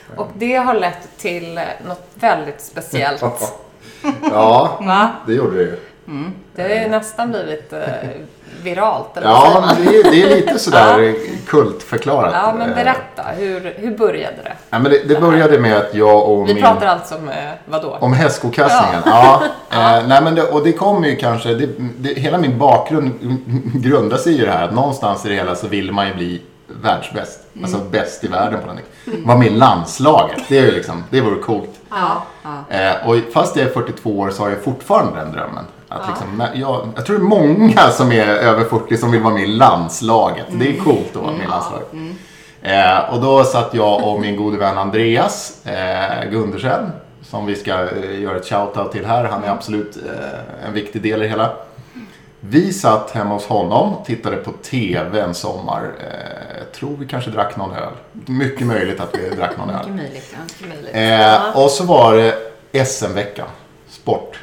Och det har lett till något väldigt speciellt. Ja, Va? det gjorde det ju. Det har nästan blivit viralt. Eller Ja, men det är lite sådär kultförklarat. Ja, men berätta. Hur började det? Ja, men det började med att jag och Vi pratar alltså om vadå? Om hästkokastningen. Ja. Nej, men och det kommer ju kanske... hela min bakgrund grundar sig i det här. Att någonstans i det hela så vill man ju bli världsbäst. Alltså bäst i världen på någonting. Var med i landslaget. Det är ju liksom... Det vore coolt. Och fast jag är 42 år så har jag fortfarande den drömmen. Att liksom, jag tror det är många som är över 40 som vill vara med i landslaget. Det är coolt att vara med i landslaget. Och då satt jag och min gode vän Andreas Gundersen, som vi ska göra ett shoutout till här. Han är absolut en viktig del i det hela. Vi satt hemma hos honom, tittade på tv en sommar. Jag tror vi kanske drack någon öl. Mycket möjligt att vi drack någon öl. Mycket möjligt. Och så var det SM-veckan. Sport.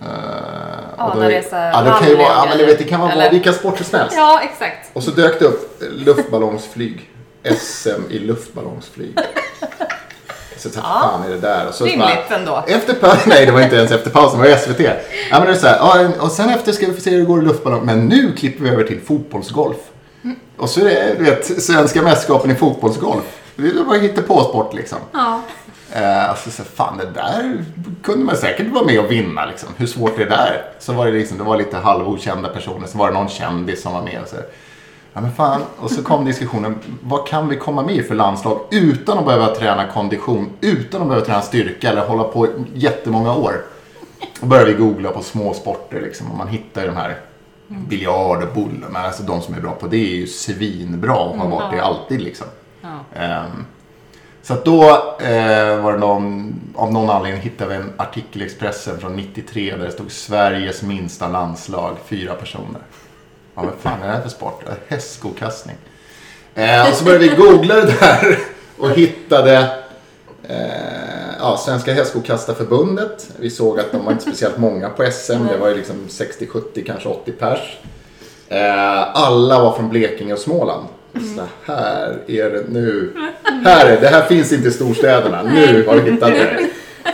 När det är så här det kan ju vara, men det kan vara vilka sporter som helst. Ja, exakt. Och så dök det upp luftballongsflyg. SM i luftballongsflyg. Så fan är det där. Och så rimligt ändå. Nej, det var inte ens efter pausen, det var SVT. Ja, men det är så här, och sen efter ska vi få se hur det går i luftballong. Men nu klipper vi över till fotbollsgolf. Och så är det, du vet, svenska mästerskapen i fotbollsgolf. Det är bara hitta på sport liksom. Ja. Alltså så fan, det där kunde man säkert vara med och vinna liksom. Hur svårt är det där? Så var det liksom, det var lite halvokända personer. Så var det någon kändis som var med och så. Ja men fan, och så kom diskussionen, vad kan vi komma med för landslag utan att behöva träna kondition, utan att behöva träna styrka eller hålla på jättemånga år. Och började vi googla på små sporter liksom, och man hittar de här biljard och boll, men alltså de som är bra på det är ju svinbra och har varit det alltid liksom. Så att då var det av någon anledning hittade vi en artikel i Expressen från 93 där det stod Sveriges minsta landslag, 4 personer. Ja, vad fan är det här för sport? Hästkokastning. Och så började vi googla det där och hittade Svenska hästkokastarförbundet. Vi såg att de var inte speciellt många på SM. Det var ju liksom 60, 70, kanske 80 pers. Alla var från Blekinge och Småland. Så här är det nu. Det här finns inte i storstäderna. Nu har vi hittat det.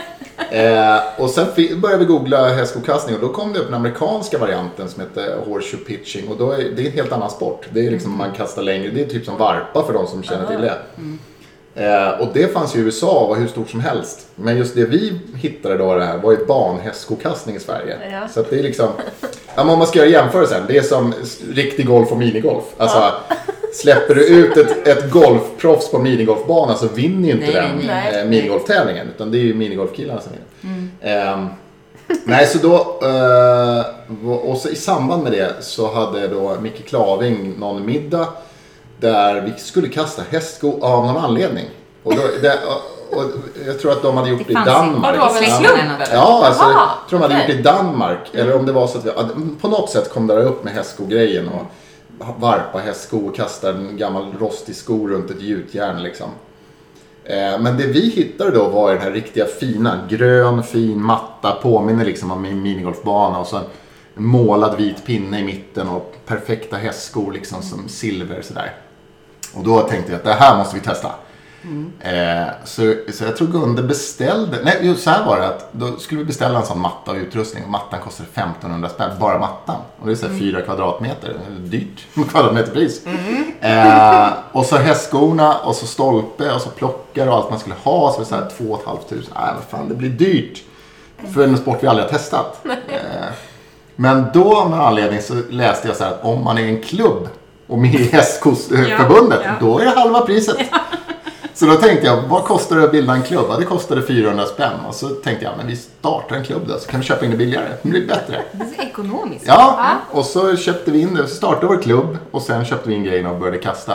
Och sen började vi googla hästkokastning och då kom det upp den amerikanska varianten som heter horseshoe pitching, och då det är en helt annan sport. Det är liksom man kastar längre, det är typ som varpa för de som känner till det. Och det fanns i USA och var hur stort som helst. Men just det vi hittade då det här var ju banhästkokastning i Sverige. Så att det är liksom, om man ska göra jämförelsen, det är som riktig golf och minigolf. Alltså släpper du ut ett golfproffs på minigolfbana så vinner ju inte den minigolftävlingen, utan det är ju minigolfkillarna som vinner. Nej, så då och så i samband med det så hade då Micke Klaving någon middag där vi skulle kasta hästsko av någon anledning. Och jag tror att de hade gjort det i Danmark. Ja, alltså, jag tror de hade gjort det i Danmark. Eller om det var så att på något sätt kom det upp med hästsko-grejen och varpa hästsko och kasta en gammal rostig sko runt ett gjutjärn liksom. Men det vi hittade då var den här riktiga fina, grön fin matta, påminner liksom om en minigolfbana och så en målad vit pinne i mitten och perfekta hästskor liksom som silver sådär. Och då tänkte jag att det här måste vi testa. Så jag tror Gunde beställde, så här var det att då skulle vi beställa en sån matta och utrustning och mattan kostade 1500 spänn, bara mattan. Och det är så här 4 kvadratmeter, dyrt kvadratmeterpris. Och så hästskorna och så stolpe och så plockar och allt man skulle ha, så var det så här 2 500. Nej men fan, det blir dyrt för en sport vi aldrig har testat. Men då med anledning så läste jag så här att om man är en klubb och med i hästkostförbundet, då är det halva priset. Så då tänkte jag, vad kostar det att bilda en klubb? Det kostade 400 spänn. Och så tänkte jag, men vi startar en klubb då, så kan vi köpa in det billigare. Det blir bättre. Det är så ekonomiskt. Ja, och så köpte vi in det. Så startade vår klubb och sen köpte vi in grejerna och började kasta.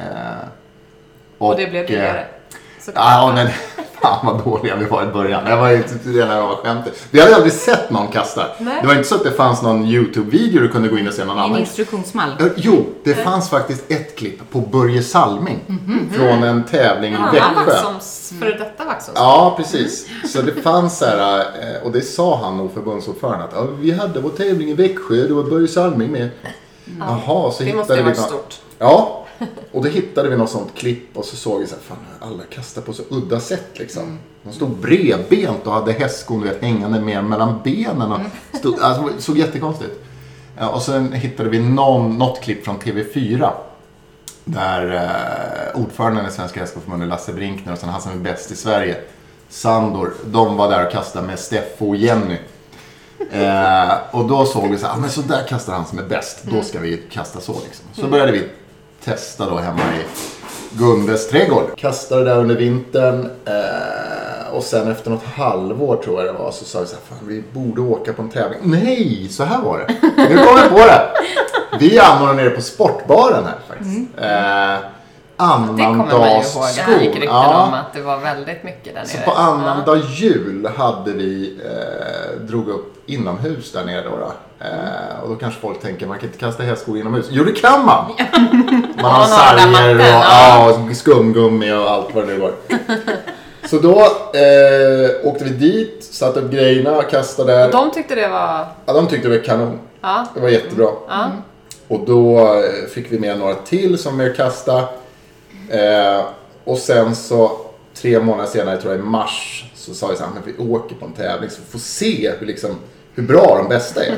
Och det blev billigare. Ja, men fan vad dåliga vi var i början. Det var ju redan jag var skämtet. Vi hade aldrig sett någon kasta. Nej. Det var inte så att det fanns någon YouTube-video du kunde gå in och se någon annan. En instruktionsmall. Jo, det fanns faktiskt ett klipp på Börje Salming från en tävling i Växjö. Före detta Vaxholms. Ja, precis. Så det fanns så här, och det sa han nog förbundsordförande att vi hade vår tävling i Växjö, det var Börje Salming med. Jaha, så det hittade måste ju vi varit stort. Ja, Och då hittade vi något sånt klipp och så såg vi så här, fan alla kastar på så udda sätt liksom. De stod bredbent och hade hästskon hängande med mellan benen. Och alltså, det såg jättekonstigt. Och sen hittade vi något klipp från TV4. Där ordföranden i Svenska Hästsportförbundet, Lasse Brinkner, och sen han som är bäst i Sverige, Sandor, de var där och kastade med Steffo och Jenny. Och då såg vi så här, men så där kastar han som är bäst, då ska vi kasta så liksom. Så började vi testa då hemma i Gundes trädgård. Kastade där under vintern och sen efter något halvår tror jag det var, så sa vi så här, fan vi borde åka på en tävling. Nej, så här var det. Nu kom jag på det. Vi anordnade nere på sportbaren här faktiskt. Annandag skor. Det gick rykten om att det var väldigt mycket där nere. Så på annandag jul hade vi drog upp inomhus där nere då. Och då kanske folk tänker, man kan inte kasta hästskor inomhus. Jo, det kan man! Man har sarger och skumgummi och allt vad det var. Så då åkte vi dit, satte upp grejerna, kastade där. Och de tyckte det var... Ja, de tyckte det var kanon. Ja. Det var jättebra. Och då fick vi med några till som mer kasta. Och sen så 3 månader senare, tror jag i mars, så sa vi så här, men vi åker på en tävling så vi får se hur bra de bästa är.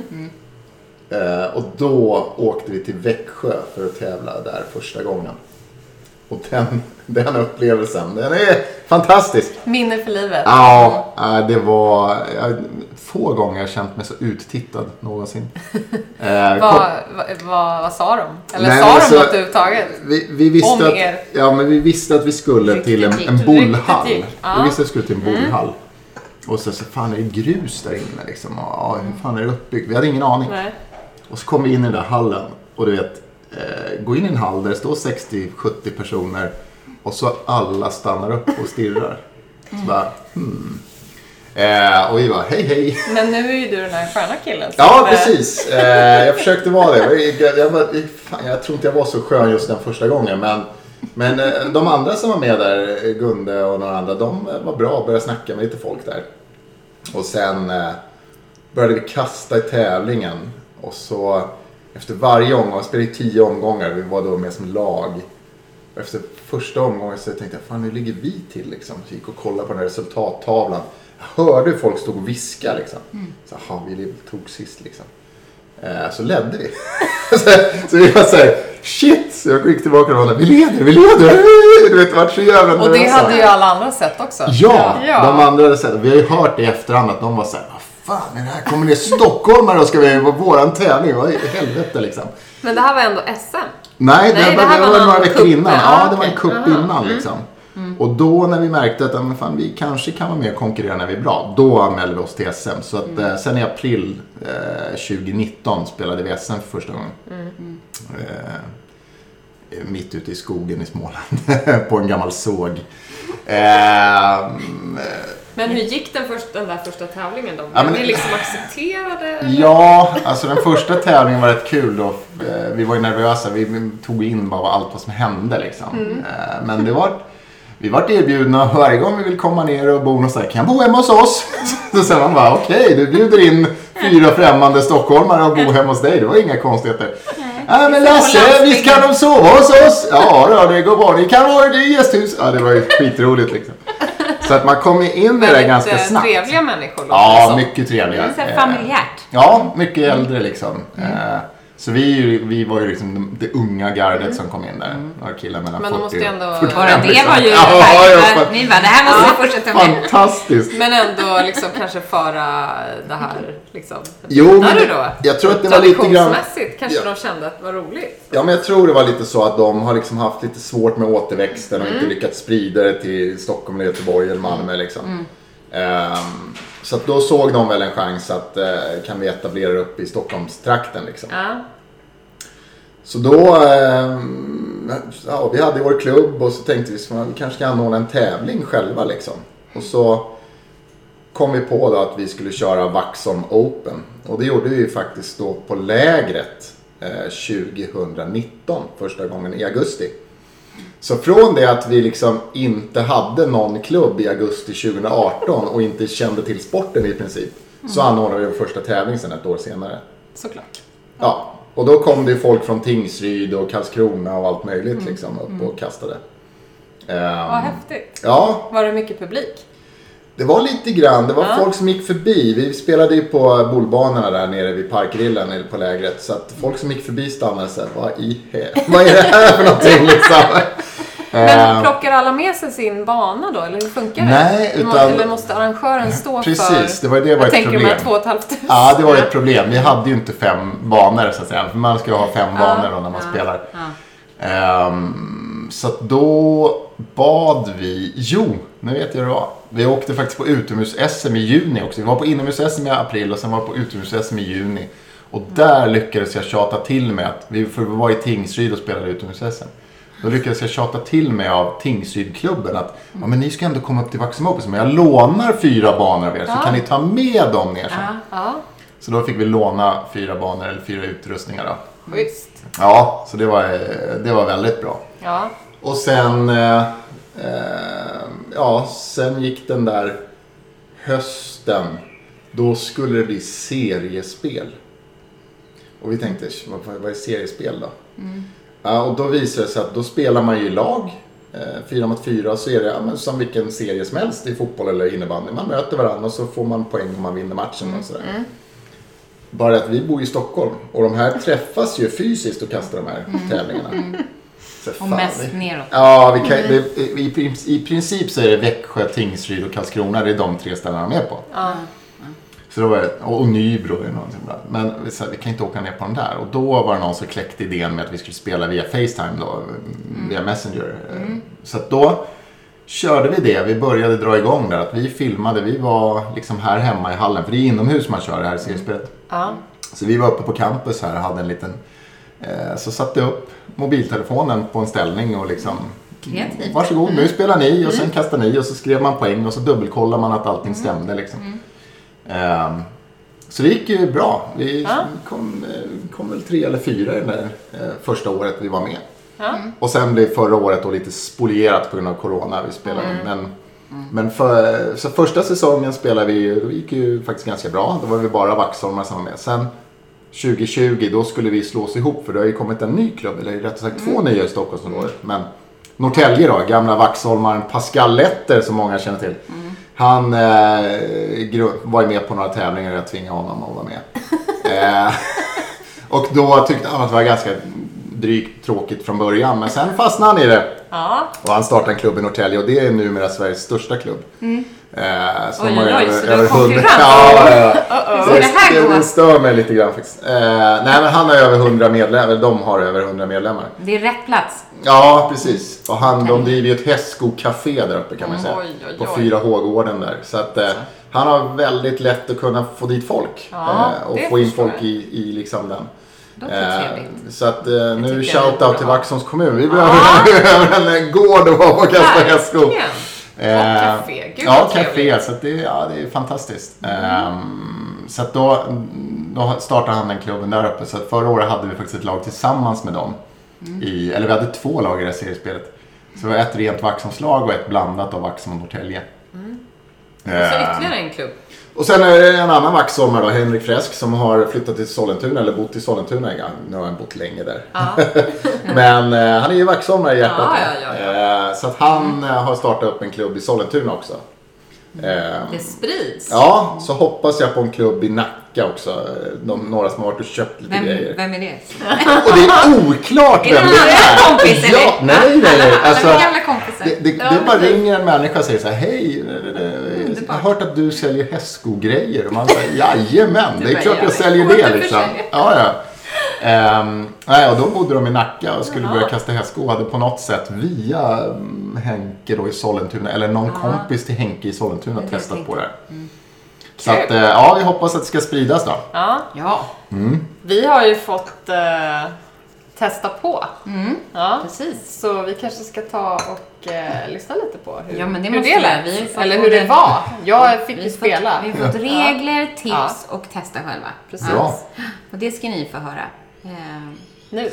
Och då åkte vi till Växjö för att tävla där första gången. Och den upplevelsen, den är fantastisk. Minne för livet. Ja, det var få gånger jag känt mig så uttittad någonsin. Vad sa de? Eller sa de något överhuvudtaget? Vi visste men vi visste att vi skulle till en bollhall. Vi visste att vi skulle till en bollhall. Och så fan är det grus där inne liksom. Ja, hur fan är det uppbyggt? Vi hade ingen aning. Nej. Och så kom vi in i den där hallen och du vet, gå in i en hall där det står 60-70 personer och så alla stannar upp och stirrar. Så bara, och vi bara, hej. Men nu är ju du den här sköna killen. Ja, precis. Jag försökte vara det. Jag tror inte jag var så skön just den första gången. Men de andra som var med där, Gunde och några andra, de var bra och började snacka med lite folk där. Och sen började vi kasta i tävlingen. Och så efter varje omgång, jag spelade 10 omgångar, vi var då med som lag. Och efter första omgången så tänkte jag, fan hur ligger vi till liksom? Så gick och kollade på den här resultattavlan. Jag hörde hur folk stod och viskade liksom. Så vi tog sist liksom. Så ledde vi. så vi var såhär, shit! Så jag gick tillbaka och var vi leder! Du vet, det var så jävla nervösa. Och det hade ju alla andra sett också. Ja, de andra hade sett. Vi har ju hört det i efterhand att de var såhär, vad fan är det här? Kommer ner stockholmare och ska vi vara våran tävling? Vad i helvete liksom. Men det här var ändå SM? Nej, det var några veckor innan. Ja, det var en cup innan liksom. Och då när vi märkte att vi kanske kan vara med och konkurrera när vi är bra, då anmälde vi oss till SM. Så att sen i april 2019 spelade vi SM för första gången. Mitt ute i skogen i Småland på en gammal såg. Men hur gick den där första tävlingen då? Var ni liksom accepterade? Eller? Ja, alltså den första tävlingen var rätt kul då. Vi var ju nervösa, vi tog in bara allt vad som hände liksom. Men vi var erbjudna varje gång vi vill komma ner och bo någonstans. Kan jag bo hemma hos oss? Så sen man bara, okej, du bjuder in 4 främmande stockholmare och bo hemma hos dig. Det var inga konstigheter. Ja, men Lasse, visst kan de sova hos oss? Ja, det går bra. Ni kan vara i gästhus. Ja, det var ju skitroligt liksom. Så att man kom in i det ganska snabbt. Trevliga människor. Ja, mycket trevliga. Det är så familjärt. Ja, mycket äldre liksom. Så vi var ju liksom det unga gardet som kom in där. Några killar mellan 40 och 45. Det var ju ni bara, det här måste vi fortsätta med. Fantastiskt. Men ändå liksom kanske föra det här liksom. Jo, men jag tror att det var lite grann kanske de kände att det var roligt. Ja, men jag tror det var lite så att de har liksom haft lite svårt med återväxten och inte lyckats sprida det till Stockholm eller Göteborg eller Malmö liksom. Så att då såg de väl en chans att kan vi etablera upp i Stockholmstrakten liksom. Så då vi hade vår klubb och så tänkte vi kanske kan anordna en tävling själva liksom. Och så kom vi på då att vi skulle köra Vaxholm Open. Och det gjorde vi faktiskt då på lägret 2019, första gången i augusti. Så från det att vi liksom inte hade någon klubb i augusti 2018 och inte kände till sporten i princip, så anordnade vi vår första tävling sen ett år senare. Såklart. Ja, Och då kom det folk från Tingsryd och Karlskrona och allt möjligt liksom upp och kastade. Vad häftigt. Ja. Var det mycket publik? Det var lite grann. Det var folk som gick förbi. Vi spelade ju på bolbanorna där nere vid parkgrillen eller på lägret. Så att folk som gick förbi stannade så här, vad är det här för någonting liksom? Men plockar alla med sig sin bana då? Eller hur funkar det? Nej, Eller måste arrangören stå precis, för... Precis, det var ett problem. Jag tänker de här 2 500. Ja, det var ett problem. Vi hade ju inte 5 banor så att säga. För man ska ju ha 5 banor då när man spelar. Så att då bad vi... Jo, nu vet jag det var. Vi åkte faktiskt på utomhus-SM i juni också. Vi var på inomhus-SM i april och sen var på utomhus-SM i juni. Och där lyckades jag tjata till med att vi var i Tingsryd och spelade utomhus-SM. Då lyckades jag tjata till mig av Tingsrydklubben att ja, men ni ska ändå komma upp till Vaxholm Open, men jag lånar 4 banor av er så kan ni ta med dem ner sen. Så då fick vi låna 4 banor eller 4 utrustningar då. Visst. Ja, så det var väldigt bra. Ja. Och sen sen gick den där hösten, då skulle det bli seriespel. Och vi tänkte, vad är seriespel då? Ja, och då visade det sig att då spelar man ju i lag 4 mot 4, så är det som vilken serie som helst i fotboll eller innebandy. Man möter varandra och så får man poäng om man vinner matchen och sådär. Bara att vi bor i Stockholm och de här träffas ju fysiskt och kastar de här tävlingarna. Och mest neråt. Ja, i princip så är det Växjö, Tingsryd och Karlskrona, det är de 3 ställena de är på. Så då var det, och Nybro är någonting bra. Men vi kan inte åka ner på den där. Och då var det någon som kläckte idén med att vi skulle spela via FaceTime då, via Messenger. Så att då körde vi det. Vi började dra igång där. Att vi filmade, vi var liksom här hemma i hallen. För det är inomhus man kör det här seriespelet. Så vi var uppe på campus här och hade en liten... Så satte jag upp mobiltelefonen på en ställning och liksom... Kreativt. Varsågod, nu spelar ni och sen kastar ni och så skrev man poäng och så dubbelkollar man att allting stämde liksom. Så det gick ju bra. Vi kom väl 3 eller 4 det där första året vi var med. Och sen blev förra året då lite spolierat på grund av corona. Vi spelade men så första säsongen spelade vi, då gick ju faktiskt ganska bra. Då var vi bara Vaxholmar som var med. Sen 2020 då skulle vi slås ihop för det har ju kommit en ny klubb, eller rättare sagt 2 nya i Stockholmsområdet. Men Norrtälje då, gamla Vaxholmaren Pascal Letter som många känner till. Han var ju med på några tävlingar och jag tvingade honom att vara med. Och då tyckte han att det var ganska drygt tråkigt från början. Men sen fastnade han i det. Och han startade en klubb i Norrtälje och det är numera Sveriges största klubb. Så över 100. Det stör mig lite grann faktiskt. Nej, men han har över 100 medlemmar. De har över 100 medlemmar. Det är rätt plats. Ja, precis. Och de driver ju ett hästsko-café där uppe kan man säga. På 4H-gården där. Så att han har väldigt lätt att kunna få dit folk. Och få in folk i liksom den. Så att nu shout-out till Vaxholms kommun. Vi behöver en gård och vara på kasta hästsko. Café. Gud, café. Så att det är fantastiskt. Så att då startade han den klubben där uppe. Så att förra året hade vi faktiskt ett lag tillsammans med dem. Eller vi hade 2 lag i det här seriespelet. Så det var ett rent Vaxholmslag och ett blandat av Vaxholm och Norrtälje. Så ytterligare en klubb. Och sen är det en annan Vaxholmare då, Henrik Fräsk, som har flyttat till Sollentuna eller bott i Sollentuna. Nu har han bott länge där. Men han är ju Vaxholmare i hjärtat. Så att han har startat upp en klubb i Sollentuna också. Det sprids. Ja, så hoppas jag på en klubb i Nacka också. Några som har varit och köpt lite grejer. Vem är det? Och det är oklart vem det är. Kompis, eller? Ja, nej. Alltså, gamla kompisar. Det bara ringer en människa och säger så här: hej, jag har hört att du säljer hästskogrejer. Och man säger, jajamän, det är klart jag säljer det liksom. Ja. Och då bodde de i Nacka och skulle börja kasta hästsko. Hade på något sätt via Henke då i Sollentuna, eller någon kompis till Henke i Sollentuna testat på det. Så att, vi hoppas att det ska spridas då. Ja. Vi har ju fått testa på. Precis. Så vi kanske ska ta och lyssna lite på hur det lät. Eller hur det var. Jag fick ju spela. Vi har fått regler, tips och testa själva. Precis. Ja. Och det ska ni få höra. Nu.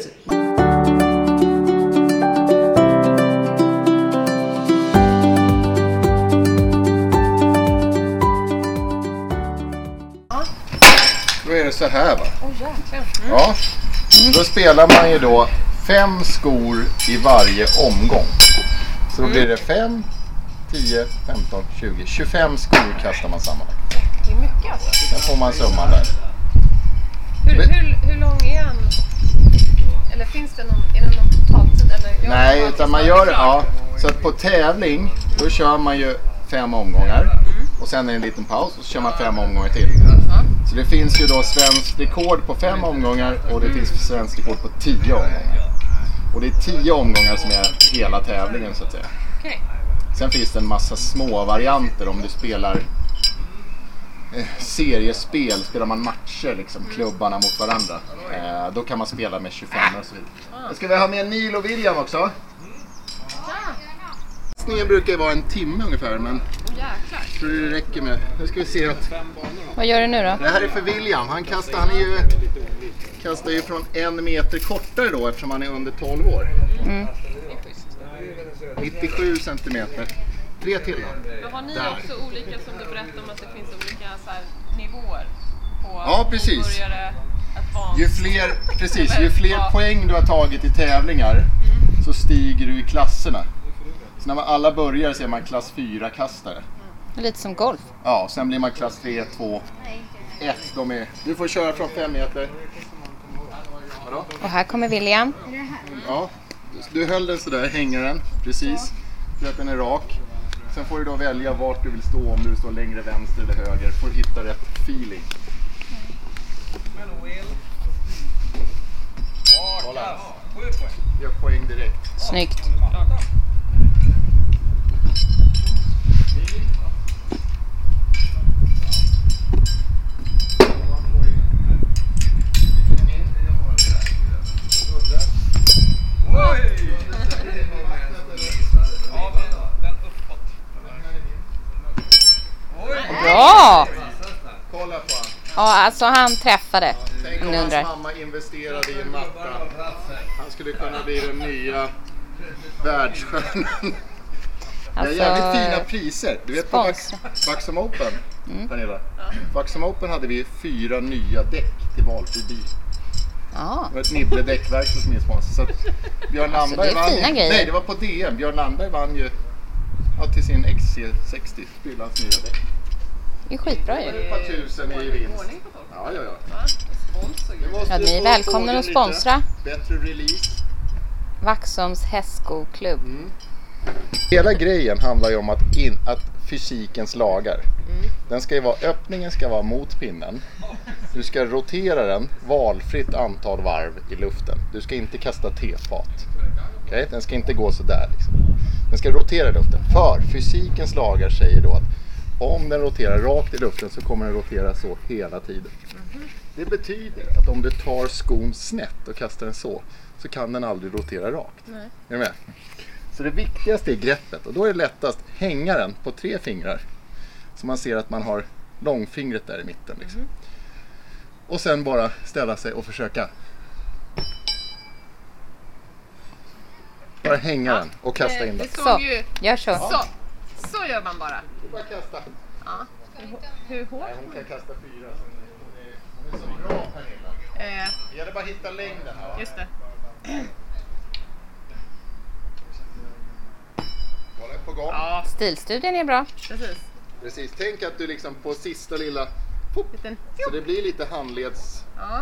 Då är det så här va? Jäklar. Ja. Då spelar man ju då 5 skor i varje omgång. Så då blir det 5, 10, 15, 20, 25 skor kastar man sammanlagt. Det är mycket alltså. Sen får man summan där. Hur lång är han? Eller finns det någon totaltid? Eller Nej, utan man gör så att på tävling då kör man ju 5 omgångar och sen är det en liten paus och så kör man 5 omgångar till. Så det finns ju då svenskt rekord på 5 omgångar och det finns svenskt rekord på 10 omgångar. Och det är 10 omgångar som är hela tävlingen så att säga. Okay. Sen finns det en massa små varianter om du spelar seriespel, spelar man matcher liksom, klubbarna mot varandra. Då kan man spela med 25 och så vidare. Ska vi ha med Neil och William också? Sneen brukar ju vara en timme ungefär, men jag tror det räcker med. Nu ska vi se att... Vad gör du nu då? Det här är för William. Han kastar ju från 1 meter kortare då eftersom han är under 12 år. 97 centimeter. 3 till då. Men har ni också olika som du berättade om att det finns olika så här, nivåer på ja, precis. nybörjare, advanced? Ju fler poäng du har tagit i tävlingar så stiger du i klasserna. Så när alla börjar så är man klass 4-kastare. Lite som golf. Ja, sen blir man klass 3, 2, 1. Du får köra från 5 meter. Vadå? Och här kommer William. Ja, du höll den sådär, hänger den precis. Så att den är rak. Sen får du då välja vart du vill stå, om du vill stå längre vänster eller höger. Får hitta rätt feeling. Kolla. Gör poäng direkt. Snyggt. Bra! Kolla på han. Ja, alltså han träffade. Tänk om hans mamma investerade i en matta. Han skulle kunna bli den nya världsstjärnan. Alltså, det är jävligt fina priser. Du vet på Vaxholm Open, Pernilla. Vaxholm Open hade vi 4 nya däck till valfri bil. Ja. Det var ett Nibble däckverk som är sponsor. Så att Björn Landberg vann. Nej, det var på DM. Björn Landberg vann ju till sin XC60 Billans nya däck. Det är skitbra ju. Det är ett par tusen i vinst. Ja. Ja, ni är välkomna att sponsra. Bättre release. Vaxholms hästskoklubb. Hela grejen handlar ju om att fysikens lagar. Den ska ju vara, öppningen ska vara mot pinnen. Du ska rotera den valfritt antal varv i luften. Du ska inte kasta tefat. Okay? Den ska inte gå så där liksom. Den ska rotera i luften. För fysikens lagar säger då att om den roterar rakt i luften så kommer den rotera så hela tiden. Det betyder att om du tar skon snett och kastar den så kan den aldrig rotera rakt. Nej. Är du med? Så det viktigaste är greppet, och då är det lättast hänga den på 3 fingrar. Så man ser att man har långfingret där i mitten. Liksom. Och sen bara ställa sig och försöka. Bara hänga den och kasta in den. Så, gör så. Så gör man bara. Du bara kasta. Ja. Hur hårt? Nej, hon kan kasta 4. Hon är så bra, Pernilla. Det gäller bara att hitta längden här. Va? Just det. På gång. Ja. Stilstudien är bra. Precis. Tänk att du liksom på sista lilla så det blir lite handleds. Ja.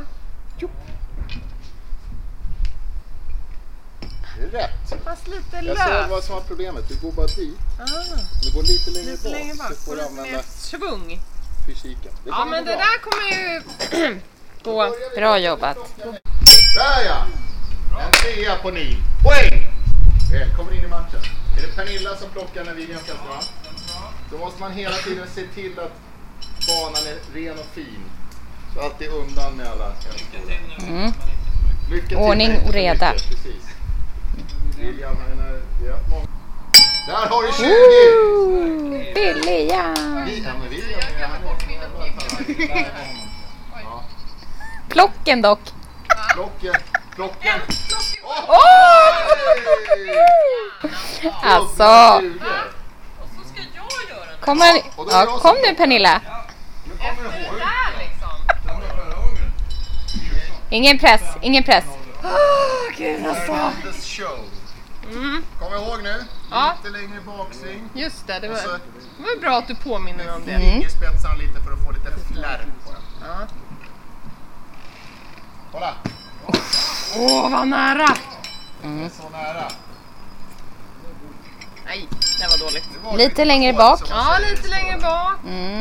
Det är rätt. Fast lite Jag såg vad som var problemet. Du går bara dit. Du går lite längre bak. Så får du använda svung. Fysiken. Ja, men det där kommer ju gå. Bra jobbat. Där ja! En 3 på Neil. Poäng! Välkommen in i matchen. Är det Pernilla som plockar när William kastar, va? Då måste man hela tiden se till att banan är ren och fin. Så alltid undan med alla. Lycka till. Ordning och reda. Precis. William, där har du 20! William! William, ja. Plocken dock. Plocken. Alltså. Och så ska jag göra kom nu Pernilla. Efter det där liksom. Ingen press, ingen press. Gud alltså. Kom ihåg nu, lite längre baksving. Just det, det var bra att du påminner om det. Slänger spetsen lite för att få lite flärp på den. Ja. Kolla! Vad nära! Så nära. Nej, det var dåligt. Lite längre bak. Ja, lite längre bak.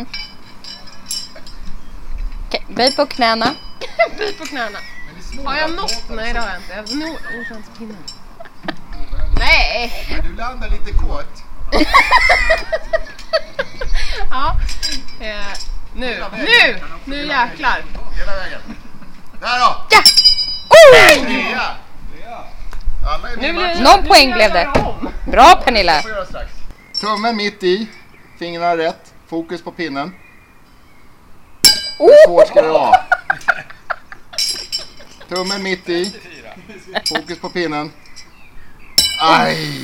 Okej, böj på knäna. Böj på knäna. Har jag nått? Nej, det har jag inte. Jag har nog chans på pinnen. Nej! Du landar lite kort. Ja. Nu jäklar. Hela vägen. Där då! Ja! Alla är med. Någon poäng blev det. Bra Pernilla. Tummen mitt i. Fingrarna rätt. Fokus på pinnen. Hur svårt ska det vara? Tummen mitt i. Fokus på pinnen. Aj!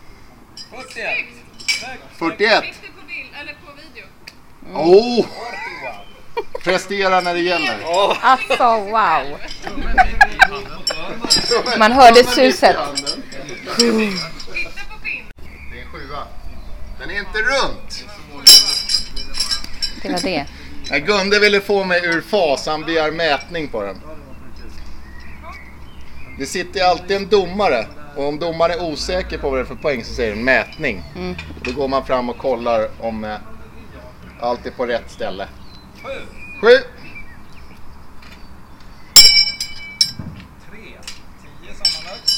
41. Oh! Prestera när det gäller. Alltså wow. Man hörde suset. Det är en 7. Den är inte runt. Det var det. Gunde ville få mig ur fas. Han begär mätning på den. Det sitter alltid en domare. Och om domaren är osäker på vad det är för poäng så säger den mätning. Då går man fram och kollar om allt är på rätt ställe. 7. 3. 10 sammanlagt.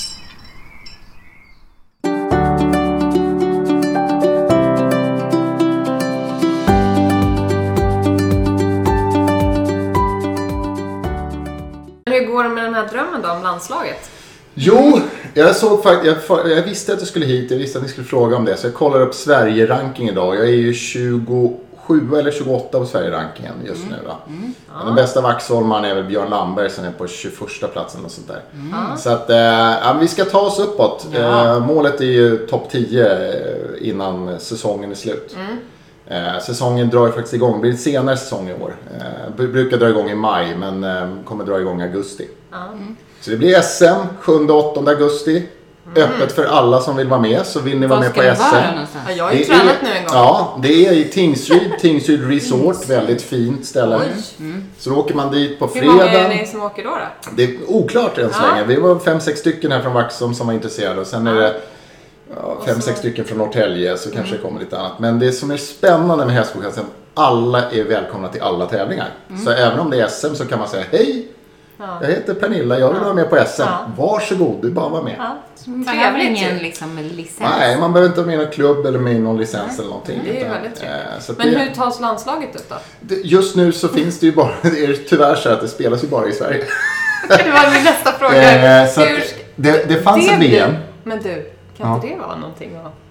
Hur går det med den här drömmen då om landslaget? Jo, jag visste att jag skulle hit. Jag visste att ni skulle fråga om det. Så jag kollar upp Sverige-ranking idag. Jag är ju 27 eller 28 på Sverige-rankingen just nu då. Den bästa Vaxholmaren är väl Björn Lamberg som är på 21 platsen och sånt där. Så att vi ska ta oss uppåt. Målet är ju topp 10 innan säsongen är slut. Säsongen drar ju faktiskt igång. Det blir en senare säsong i år. Brukar dra igång i maj men kommer dra igång i augusti. Så det blir SM 7-8 augusti. Öppet för alla som vill vara med. Så vill ni vara med på SM. Ja, jag har ju tränat nu en gång. Ja, det är i Tingsryd Resort. Väldigt fint ställe. Så då åker man dit på fredag. Hur många är ni som åker då? Det är oklart än så länge. Vi var 5-6 stycken här från Vaxholm som var intresserade. Och sen är det 5-6 stycken från Norrtälje. Så kanske det kommer lite annat. Men det som är spännande med hästskokassen, alla är välkomna till alla tävlingar. Så även om det är SM så kan man säga hej. Jag heter Pernilla, jag vill vara med på SM. Varsågod, du bara var med. Behöver ingen liksom licens? Nej, man behöver inte ha med någon klubb eller med någon licens eller någonting. Det är väldigt trevligt. Men hur tas landslaget ut då? Just nu så finns det ju bara, det är tyvärr så att det spelas ju bara i Sverige. Det var min nästa fråga. Så det fanns en VM. Men du, kan inte det vara någonting?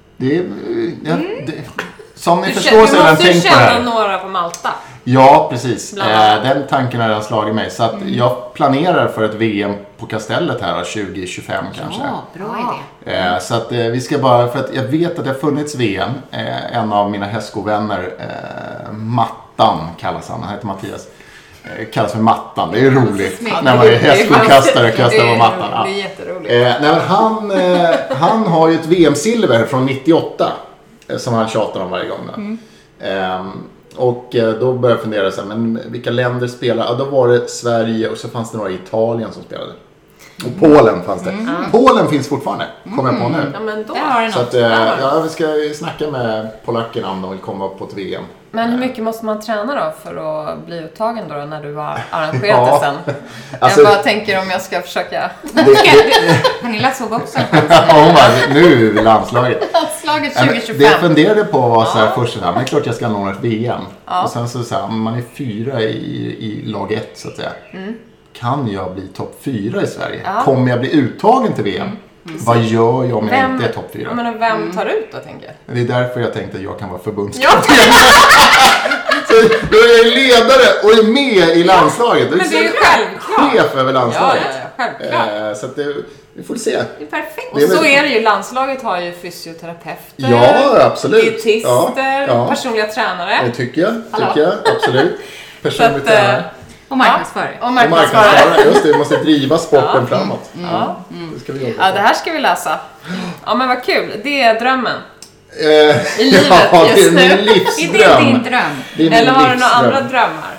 Som ni förstår så är den tänkt på det här. Du måste känna några på Malta. Ja, precis. Den tanken har jag slagit mig. Så att jag planerar för ett VM på Kastellet här 2025 kanske. Ja, bra idé. Så att vi ska bara, för att jag vet att det har funnits VM. En av mina hästskovänner, Mattan kallas han heter Mattias. Kallas för Mattan, det är ju roligt när man är hästskokastare och kastar på mattan. Ja. Det är jätteroligt. Han har ju ett VM-silver från 98 som han tjatar om varje gång. Och då började jag fundera så här, men vilka länder spelar? Ja, då var det Sverige och så fanns det några i Italien som spelade. Och Polen fanns det. Polen finns fortfarande, kommer jag på nu. Ja, men då har det så att, vi ska snacka med polackerna om de vill komma upp på ett VM. Men hur mycket måste man träna då för att bli uttagen då när du har arrangerat det sen? Alltså, jag bara tänker om jag ska försöka... Pernilla såg också. Nu är landslaget. Landslaget 2025. Det jag funderade på var så här först, men det är klart jag ska nå ett VM. Och sen så här, man är 4 i lag 1 så att säga. Kan jag bli topp 4 i Sverige? Kommer jag bli uttagen till VM? Vad gör jag om jag inte är topp 4? Ja, men vem tar ut då, tänker jag? Det är därför jag tänkte att jag kan vara förbundskapten. Så då är jag ledare och är med i landslaget. Men det är ju självklart. Chef över landslaget. Ja, självklart. Så att vi får se. Det är perfekt. Och så är det ju, landslaget har ju fysioterapeuter. Ja, absolut. Dietister, personliga tränare. Det tycker jag, absolut. Personligt tränare. Och marknadsföra. Och marknadsföra. Just det, vi måste driva sporten framåt. Det ska vi jobba det här ska vi läsa. Ja, men vad kul. Det är drömmen. I livet just nu. Min livsdröm. Är det din dröm? Eller har du några andra drömmar?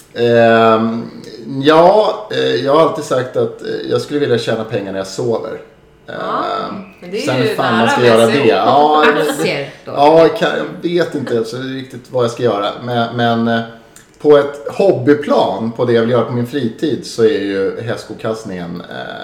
Jag har alltid sagt att jag skulle vilja tjäna pengar när jag sover. Men det är sen ju fan man ska göra det. Aktier då? Jag vet inte så riktigt vad jag ska göra. Men på ett hobbyplan, på det jag vill göra på min fritid, så är ju hästskokastningen,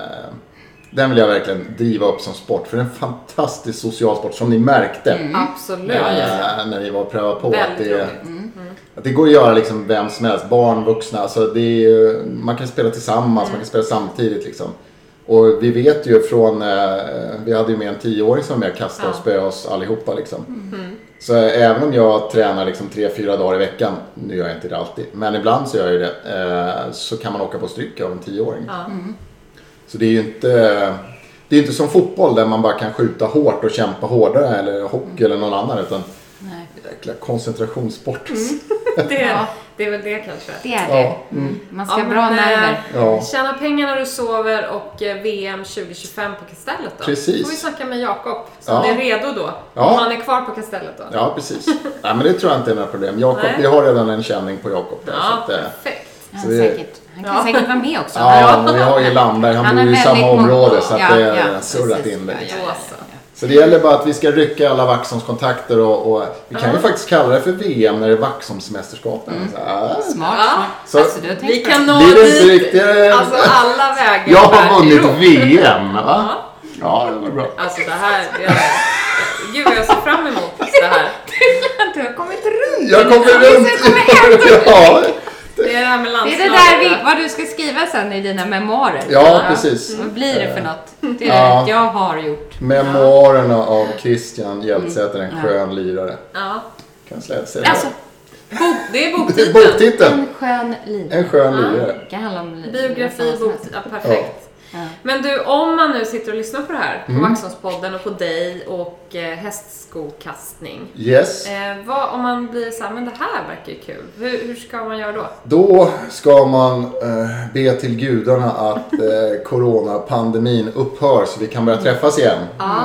den vill jag verkligen driva upp som sport. För det är en fantastisk social sport, som ni märkte. Absolut. När vi var och prövade på att det går att göra liksom vem som helst, barn, vuxna. Alltså det är ju, man kan spela tillsammans, man kan spela samtidigt liksom. Och vi vet ju från, vi hade ju med en 10-åring som var med och kastade och spöade oss allihopa liksom. Så även om jag tränar liksom 3-4 dagar i veckan, nu gör jag inte det alltid, men ibland så gör jag det, så kan man åka på stryk av en 10-åring. Så det är ju inte som fotboll där man bara kan skjuta hårt och kämpa hårdare, eller hockey eller någon annan, utan jäkla koncentrationssport. Det är väl det kanske. Det är det. Man ska ha bra nerver. Tjäna pengar när du sover och VM 2025 på Kastellet då. Precis. Får vi snacka med Jakob som är redo då. Om han är kvar på Kastellet då. Ja, precis. Nej, men det tror jag inte är några problem. Jakob, vi har redan en känning på Jakob där. Perfekt. Han kan säkert vara med också. Vi har ju Landberg. Han bor i samma område så att det är surrat in det. Så det gäller bara att vi ska rycka alla Vaxholmskontakter och vi kan ju faktiskt kalla det för VM när det är Vaxholmsmästerskapen. Smart. Så alltså, vi kan nå dit, alltså alla vägar. Jag har vunnit VM, va? Ja, det var bra. Alltså det här, gud jag ser fram emot det här. Du har kommit runt. Jag kommer runt. Ja. Det är det här med landslaget. Det är det där vad du ska skriva sen i dina memoarer. Ja, precis. Vad blir det för något? Det är det jag har gjort. Memoarerna av Christian Hjältsäter, en skön lirare. Kan jag säga alltså, det är boktiteln. En skön lirare. En skön lirare. Det handlar om biografi, perfekt. Men du, om man nu sitter och lyssnar på det här, på Vaxholmspodden och på dig och hästskokastning. Yes. Om man blir så här, men det här verkar ju kul. Hur ska man göra då? Då ska man be till gudarna att coronapandemin upphör så vi kan börja träffas igen.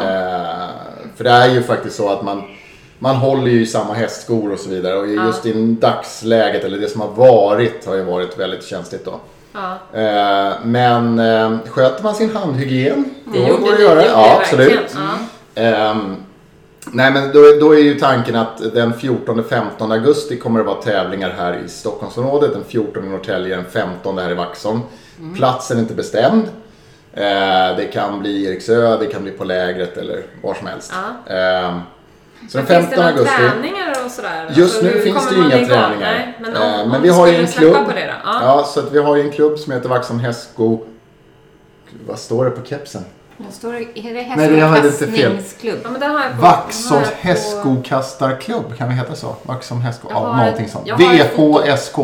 För det är ju faktiskt så att man håller ju i samma hästskor och så vidare. Och just i dagsläget, eller det som har ju varit väldigt känsligt då. Men sköter man sin handhygien, då går det att göra. Ja, absolut. Nej, men då är ju tanken att den 14-15 augusti kommer det vara tävlingar här i Stockholmsområdet. Den 14 i Norrtälje, den 15 här i Vaxholm. Platsen är inte bestämd. Det kan bli Eriksö, det kan bli på lägret eller var som helst. Så den 15 augusti. Finns det några träningar och sådär? Just nu finns det ju inga träningar. Nej, men vi har ju en klubb. På det då? Ja, så att vi har ju en klubb som heter Vaxholm Hästsko. Vad står det på kepsen? Det står det Nej, det har inte fel. Ja, men har Vaxholms hästskokastarklubb, kan vi heta så? Vaxholm hästsko, någonting sånt. VHSK.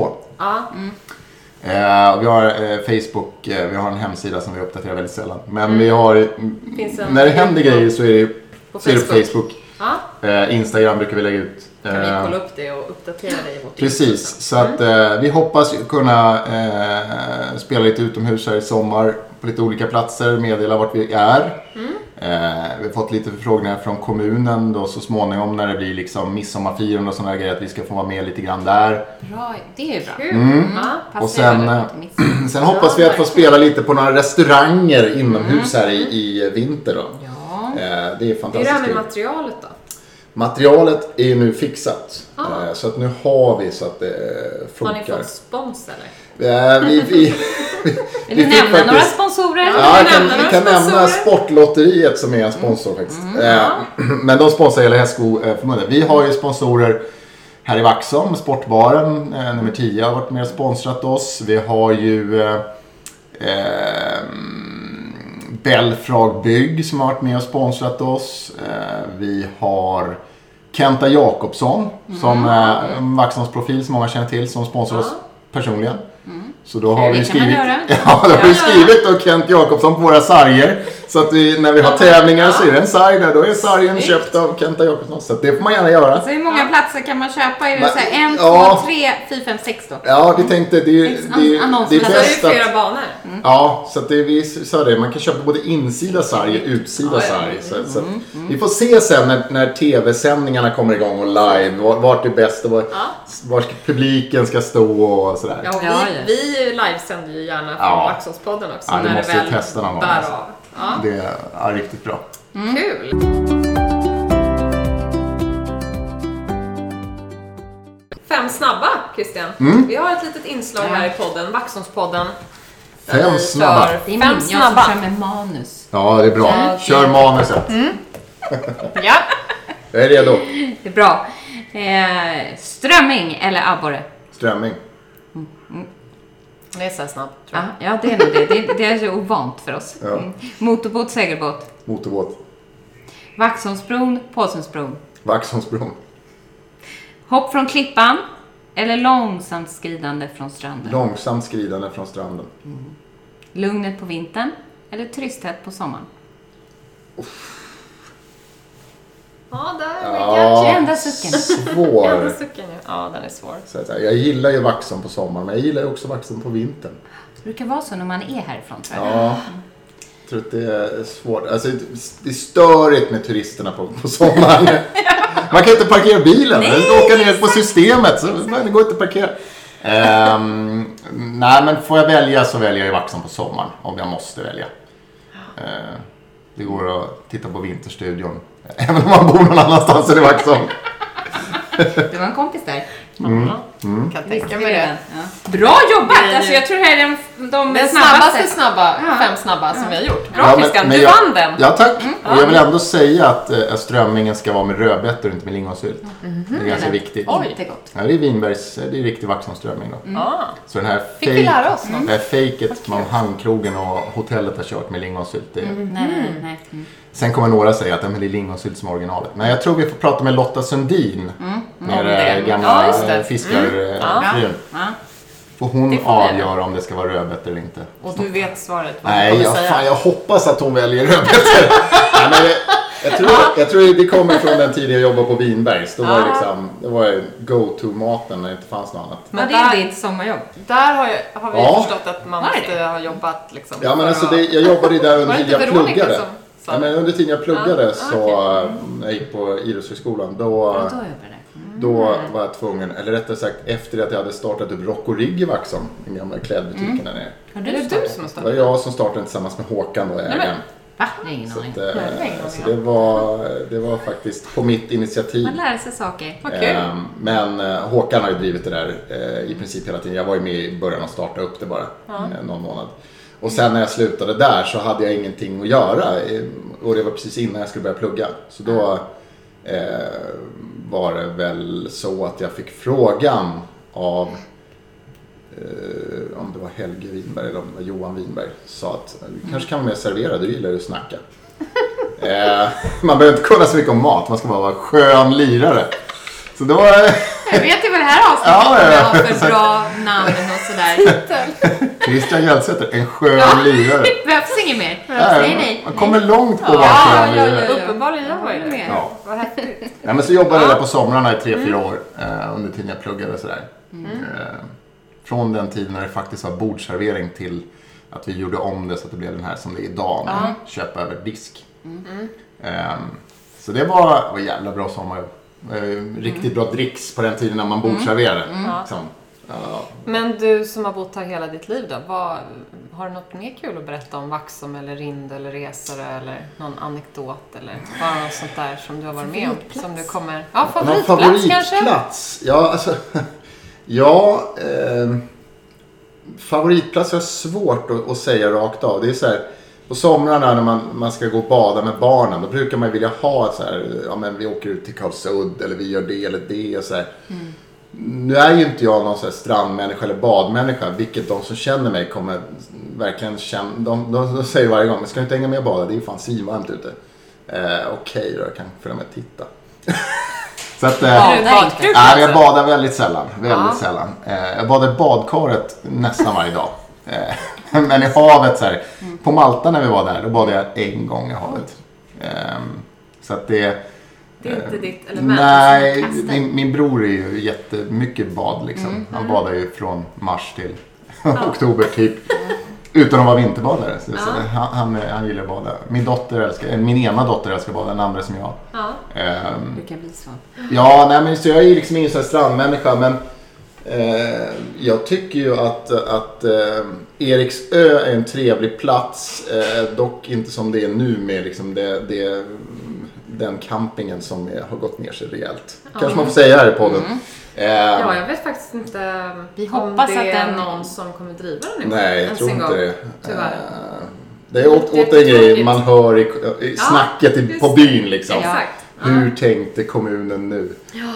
Vi har Facebook, vi har en hemsida som vi uppdaterar väldigt sällan. Men vi har, när det händer grejer så är det på Facebook. Instagram brukar vi lägga ut. Kan vi kolla upp det och uppdatera det i vårt Precis, så att vi hoppas kunna spela lite utomhus här i sommar på lite olika platser, meddela vart vi är. Vi har fått lite förfrågningar från kommunen då så småningom när det blir liksom midsommarfirande och sådana grejer, att vi ska få vara med lite grann där. Bra, det är bra. Och sen hoppas vi att få spela lite på några restauranger inomhus här i vinter då. Det är fantastiskt. Hur är det här med materialet då? Materialet är ju nu fixat. Så att nu har vi så att det funkar. Har ni fått spons eller? Vi vill nämna faktiskt några sponsorer? Ja, vi kan nämna Sportlotteriet som är en sponsor faktiskt. Men de sponsrar hela Hästskoförbundet. Vi har ju sponsorer här i Vaxholm. Sportbaren nummer 10 har varit med och sponsrat oss. Vi har ju Belfrag Bygg som har varit med och sponsrat oss. Vi har Kenta Jakobsson som är en Vaxholmsprofil som många känner till, som sponsrar oss personligen. Så då har vi skrivit, då Kent Jakobsson på våra sarger. Så att när vi har tävlingar så är det en sarg där. Då är sargen köpt av Kenta Jakobsson. Så det får man gärna göra. Så hur många platser kan man köpa? Är det så här 1, 2, 3, 4, 5, 6 då? Ja, vi tänkte det är bäst att... flera banor. Ja, så att vi sa det. Man kan köpa både insida sarg och utsida sarg. Så vi får se sen när tv-sändningarna kommer igång och live. Vart det är bäst och vart publiken ska stå och sådär. Ja, vi livesänder ju gärna från Vaxholmspodden också. Ja, det när måste det vi väl testa någon gång. Bär av. Ja. Det är riktigt bra. Kul! 5 snabba, Christian. Vi har ett litet inslag här i podden, Vaxholmspodden. 5 snabba. Det är min, jag som kör med manus. Ja, det är bra. Kör manuset. Ja. Jag är redo. Det är bra. Strömming eller abborre? Strömming. Det är så snabbt, tror jag. Ja, det är nog det. Det är så ovant för oss. Ja. Motorbåt, segelbåt? Motorbåt. Vaxholmsbron, Pålsundsbron? Vaxholmsbron. Hopp från klippan eller långsamt skridande från stranden? Långsamt skridande från stranden. Lugnet på vintern eller tristhet på sommaren? Ja, där Kanske enda sucken. Svår. Enda sucken, ja, den är svår. Så att jag gillar ju Vaxholm på sommaren, men jag gillar ju också Vaxholm på vintern. Det brukar vara så när man är härifrån, tror jag. Ja, jag tror att det är svårt. Alltså, det är störigt med turisterna på sommaren. Man kan inte parkera bilen. Man ska åka ner på systemet. Så det går inte att parkera. Nej, men får jag välja så väljer jag Vaxholm på sommaren. Om jag måste välja. Det går att titta på Vinterstudion. Även om man bor någon annanstans än i Vaxholm. Det var en kompis där. Kan tänka mig det. Ja. Bra jobbat! Alltså, jag tror det här är de snabbaste 5 snabba som vi har gjort. Bra, Christian, du vann den. Ja, tack. Och jag vill ändå säga att strömmingen ska vara med rödbetor och inte med lingonsylt. Det är ganska viktigt. Inte gott. Ja, det är Vinbergs, det är riktig Vaxholmsströmming då. Så den här Fick vi lära oss något? Det här fejket man handkrogen och hotellet har kört med lingonsylt. Nej. Sen kommer några säga att det är lingonsylt som är originalet. Men jag tror vi får prata med Lotta Sundin. Med gamla fiskarfrun. Får hon avgöra om det ska vara rödbetor eller inte. Och du vet svaret. Nej, jag hoppas att hon väljer rödbetor. Jag tror det kommer från den tiden jag jobbade på Vinbergs. Då var det liksom, det var go-to-maten när det inte fanns något annat. Men det är ditt sommarjobb. Där har vi förstått att man måste ha jobbat liksom. Ja, men alltså jag jobbade där under tiden jag pluggade. Ja, men under tiden jag pluggade jag gick på idrottshögskolan. Då var jag tvungen, eller rättare sagt efter att jag hade startat upp Rock och Rigg i Vaxholm, den gamla klädbutiken där nere. Är det du som har startat? Det var jag som startade tillsammans med Håkan och ägaren. Va? Ingen aning. Så det var faktiskt på mitt initiativ. Man lär sig saker. Men Håkan har ju drivit det där i princip hela tiden. Jag var ju med i början och starta upp det bara någon månad. Och sen när jag slutade där så hade jag ingenting att göra. Och det var precis innan jag skulle börja plugga. Så då var det väl så att jag fick frågan av om det var Helge Winberg eller om det var Johan Winberg, sa att du kanske kan vara med och servera, du gillar ju att snacka. Man behöver inte kunna så mycket om mat, man ska bara vara skön lirare. Så då jag vet ju vad det här avsnittet har för bra namn och sådär. Christian Hjältsäter, en skön lirare. Det behövs inget mer. Nej. Man kommer långt på att vara skön lirare. Uppenbarligen jag var ju det. Vad häftigt. Men så jobbade jag där på somrarna i 3-4 år under tiden jag pluggade sådär. Från den tiden när det faktiskt var bordservering till att vi gjorde om det så att det blev den här som det är idag, köpa över disk. Så det var jävla bra sommar. Riktigt bra dricks på den tiden när man bordserverade. Men du som har bott här hela ditt liv då, har du något mer kul att berätta om Vaxholm eller Rind eller Resare eller någon anekdot eller bara något sånt där som du har varit med om som du kommer... Ja, favoritplats kanske? Ja, alltså... favoritplats är svårt att säga rakt av. Det är så här, på somrarna när man ska gå och bada med barnen, då brukar man vilja ha ett så här, men vi åker ut till Karlsud eller vi gör det eller det och så här. Nu är ju inte jag någon så här strandmänniska eller badmänniska, vilket de som känner mig kommer verkligen känna. De säger varje gång, men ska du inte hänga med och bada? Det är ju fan svinvarmt ute. Okej då, jag kan följa med och titta. Så att, jag badar väldigt sällan. Jag badar badkaret nästan varje dag. Men i havet så här, på Malta när vi var där, då badade jag en gång i havet. Så att det är inte ditt element. Nej, min bror är ju jättemycket bad liksom. Han badar ju från mars till oktober typ. Utan att vara vinterbadare. Så han gillar att bada. Min ena dotter älskar att bada, den andra som jag. Du kan bli så. Ja, nej, men så jag är ju liksom ingen sån här strandmänniska. Men jag tycker ju att Eriksö är en trevlig plats. Dock inte som det är nu med liksom den campingen som har gått ner sig rejält. Kanske man får säga här i podden. Ja, jag vet faktiskt inte om det är någon som kommer driva den. Nej, jag tror inte det. Tyvärr. Det är åt en grej man hör i snacket på byn liksom. Exakt. Hur tänkte kommunen nu?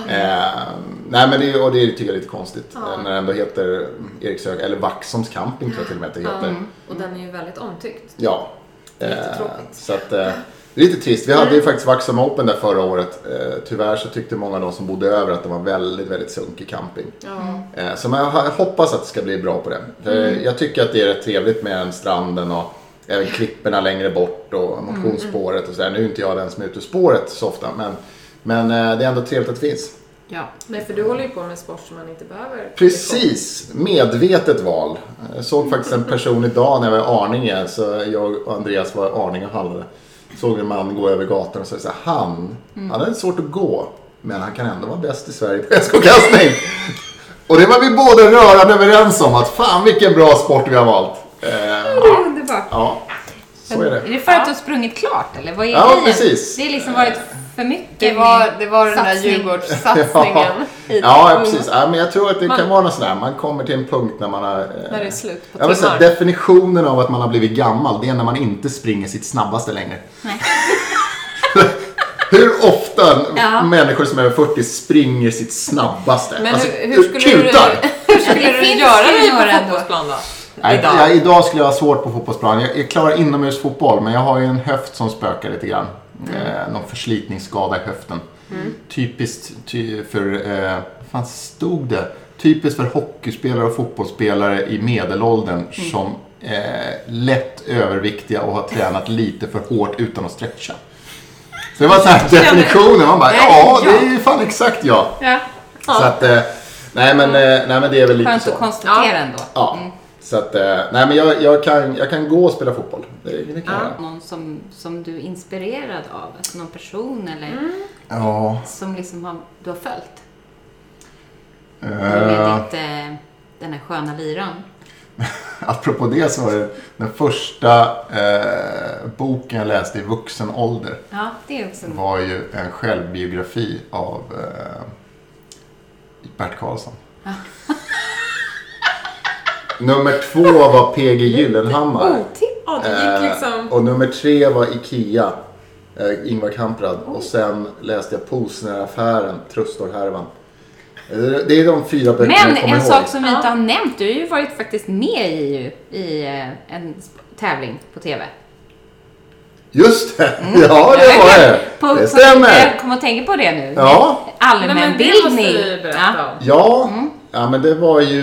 Nej, men det tycker jag är lite konstigt. När det ändå heter Eriksö, eller Vaxholms camping tror jag till och med att det heter. Och den är ju väldigt omtyckt. Ja. Lite tråkigt. Så att, det är lite trist. Vi hade ju faktiskt Vaxholm Open där förra året. Tyvärr så tyckte många av de som bodde över att det var väldigt, väldigt sunkig camping. Så jag hoppas att det ska bli bra på det. Jag tycker att det är rätt trevligt med stranden och även klipporna längre bort och motionsspåret och sådär. Nu är inte jag den som är ute ur spåret så ofta, men det är ändå trevligt att det finns. Ja, nej, för du håller ju på med sport som man inte behöver. Precis, medvetet val. Jag såg faktiskt en person idag när jag var i Arninge, så jag och Andreas var i Arninge och handlade. Såg en man gå över gatan och sa så här, han hade svårt att gå, men han kan ändå vara bäst i Sverige på skridskokastning. Och det var vi båda rörande överens om, att fan vilken bra sport vi har valt. Det är underbart. Ja, så är det. Är det för att du har sprungit klart eller vad är Ja, grejen? precis. Det har liksom varit för mycket. Det var den där Djurgårdssatsningen. Ja, precis. Ja, men jag tror att det kan vara något sådär. Man kommer till en punkt när man har... När det är slut på jag vill säga, definitionen av att man har blivit gammal, det är när man inte springer sitt snabbaste längre. Nej. Hur ofta människor som är över 40 springer sitt snabbaste? Men alltså, hur skulle du göra det på fotbollsplan då? Idag skulle jag ha svårt på fotbollsplan. Jag klarar inomhusfotboll, men jag har ju en höft som spökar lite grann. Någon förslitningsskada i höften. Typiskt för... fan stod det? Typiskt för hockeyspelare och fotbollsspelare i medelåldern som lätt överviktiga och har tränat lite för hårt utan att stretcha. Så det var så här definitionen. Man bara, det är ju fan exakt jag. Så att, nej men det är väl lite skönt så. Skönt att konstatera ändå. Ja. Så att, nej men jag kan gå och spela fotboll. Det kan jag. Någon som du är inspirerad av? Alltså någon person eller som liksom du har följt? Med den här sköna lyran. Apropå det så var det den första boken jag läste i vuxen ålder. Ja, det är också. Var ju en självbiografi av Bert Karlsson. Nummer 2 var P.G. Gyllenhammar. Och nummer 3 var Ikea. Ingvar Kamprad. Och sen läste jag Posner-affären, Trustor-härvan. Det är de 4 böckerna jag kommer ihåg. Men en sak som vi inte har nämnt, du har ju varit faktiskt med i en tävling på TV. Just det, ja det var det. Det stämmer. Jag kommer att tänka på det nu. Ja. Allmänbildning. Men det måste du berätta om. Ja, men det var ju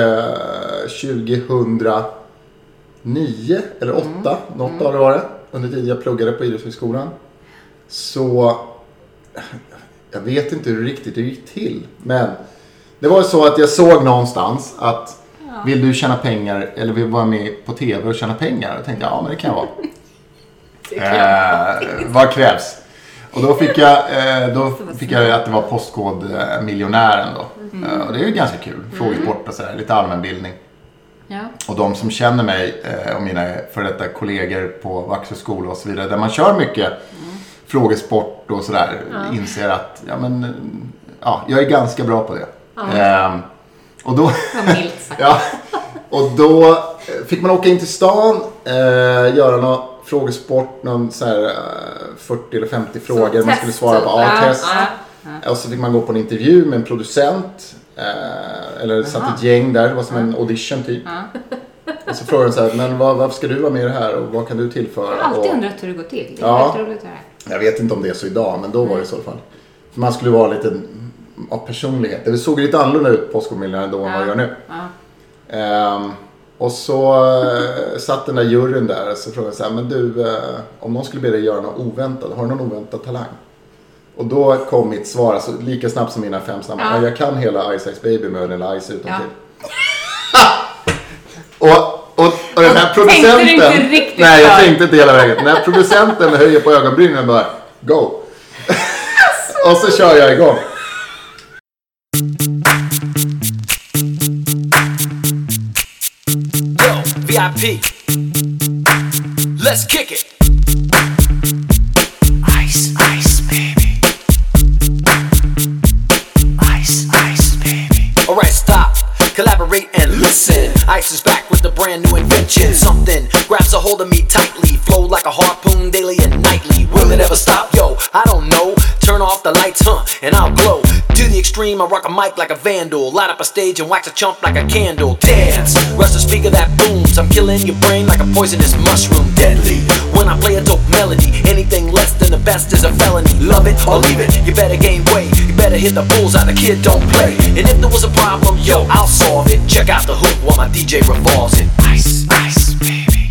2009 eller 8, något av det var det. Under tiden jag pluggade på Idrottshögskolan. Så... Jag vet inte hur riktigt det gick till. Men det var så att jag såg någonstans att vill du tjäna pengar eller vill vara med på TV och tjäna pengar? Och tänkte men det kan jag vara. Vad krävs? Och då fick jag att det var postkodmiljonären då. Och det är ju ganska kul. Frågesport och sådär, lite allmänbildning. Ja. Och de som känner mig och mina för detta kollegor på Vaxholms skola och så vidare, där man kör mycket frågesport och sådär, inser att jag är ganska bra på det. Och då och då fick man åka in till stan, göra någon frågesport, någon så här 40 eller 50 frågor man skulle svara på, test. Och så fick man gå på en intervju med en producent eller satt ett gäng där, det var som en audition typ. Och så frågade de så här, men varför ska du vara med i det här och vad kan du tillföra? Jag har alltid undrat hur det går till. Det är roligt det här. Jag vet inte om det är så idag, men då var det i så fall. För man skulle vara lite av personlighet. Det såg lite annorlunda ut på Postkodmiljonären då än vad jag gör nu. Och så satt den där juryn där och så frågade jag så här, men du, om någon skulle be dig göra något oväntat, har du någon oväntad talang? Och då kom mitt svar, alltså lika snabbt som mina 5 snabba. Ja. Jag kan hela Ice Ice Baby med Vanilla Ice utan till. Och den här producenten... Tänkte du inte riktigt? Nej, jag tänkte inte hela vägen. När producenten höjer på ögonbrynen och bara, go! Och så kör jag igång. Yo, VIP. Let's kick it. Ice, ice, baby. Ice, ice, baby. Alright, stop. Collaborate and listen. Ice is back with a brand new invention. Something grabs a hold of me tightly. Flow like a harpoon daily and nightly. Will it ever stop? Yo, I don't know. Turn off the lights, and I'll glow. To the extreme, I rock a mic like a vandal. Light up a stage and wax a chump like a candle. Dance, rush the speaker that booms. I'm killing your brain like a poisonous mushroom. Deadly, when I play a dope melody. Anything less than the best is a felony. Love it or leave it, you better gain weight. You better hit the bullseye, the kid don't play. And if there was a problem, yo, I'll solve it. Check out the hook while my DJ revolves it. Ice, ice, baby.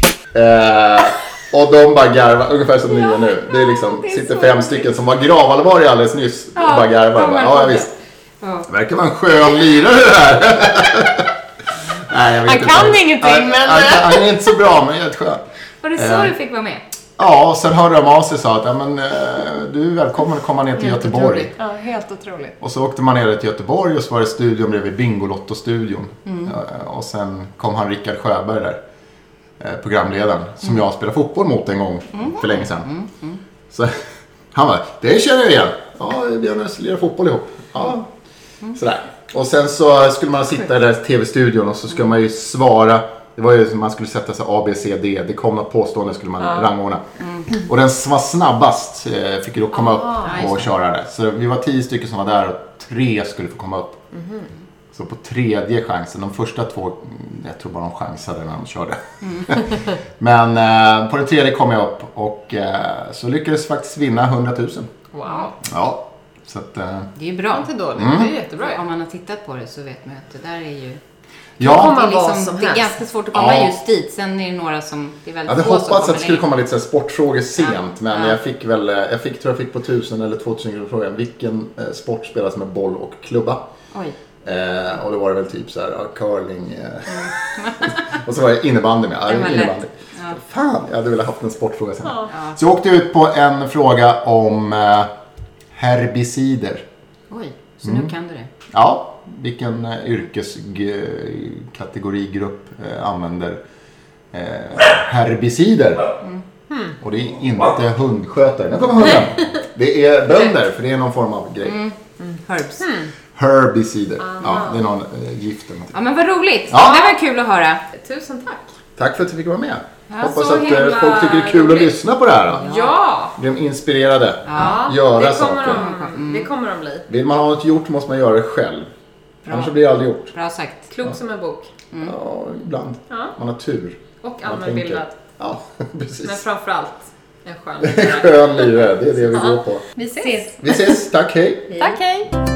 Och de bara garvar, ungefär som ni är nu. Det är liksom, det är sitter 5 stycken som var gravallvarliga alldeles nyss. Och bara garvar. Ja, visst. Det verkar vara en skön lirare det här. Nej, jag vet han inte. Kan ingenting, men... Han är inte så bra, men helt skön. Var det så du fick vara med? Ja, och sen hörde de av sig och sa att du är välkommen att komma ner till Göteborg. Otroligt. Ja, helt otroligt. Och så åkte man ner till Göteborg och så var det studion bredvid Bingolotto-studion. Och sen kom han Rickard Sjöberg där. Programledaren som jag spelade fotboll mot en gång för länge sedan. Så han bara, det känner jag igen. Ja, vi har lirat fotboll ihop. Ja. Sådär. Och sen så skulle man sitta i den där tv-studion och så skulle man ju svara. Det var ju som man skulle sätta sig A, B, C, D. Det kom något påstående skulle man rangordna. Och den som var snabbast fick ju då komma upp och köra det. Så vi var 10 stycken som var där och 3 skulle få komma upp. Så på 3:e chansen, de första 2, jag tror bara de chansade när de körde. Men på den 3:e kom jag upp och så lyckades faktiskt vinna 100 000. Wow. Ja, så att... det är ju bra. Inte dåligt, det är jättebra. Om man har tittat på det så vet man att det där är ju... Ja, det är, liksom, det är ganska svårt att komma just dit. Sen är det några som... Det är väldigt jag hade få hoppats som att det skulle komma lite så här sportfrågor sent. Men jag fick väl... Jag tror jag fick på 1000 eller 2000 kronor frågan. Vilken sport spelas med boll och klubba? Oj. Och då var det väl typ så här curling och så var det innebandy med. Innebandy. Ja. Fan, jag hade velat haft en sportfråga sen. Ja. Så jag åkte ut på en fråga om herbicider. Oj, så nu kan du det? Ja, vilken yrkeskategorigrupp använder herbicider? Och det är inte hundskötare. Jag kommer hunden. Det är bönder, för det är någon form av grej. Herbs. Herbicider. Ja, det är någon gift. Ja, men vad roligt. Ja. Det var kul att höra. Tusen tack. Tack för att du fick vara med. Ja, hoppas att folk tycker det är kul att lyssna på det här. Ja. Blir de inspirerade. Ja. Göra saker. Det kommer de bli. Vill man ha något gjort måste man göra det själv. Annars blir det aldrig gjort. Bra sagt. Klok som en bok. Ja, ibland. Ja. Man har tur. Och allmänbildad. Ja, precis. Men framförallt en skön lirare. Skön lirare, det är det vi går på. Vi ses. Vi ses, tack, hej. Tack, hej.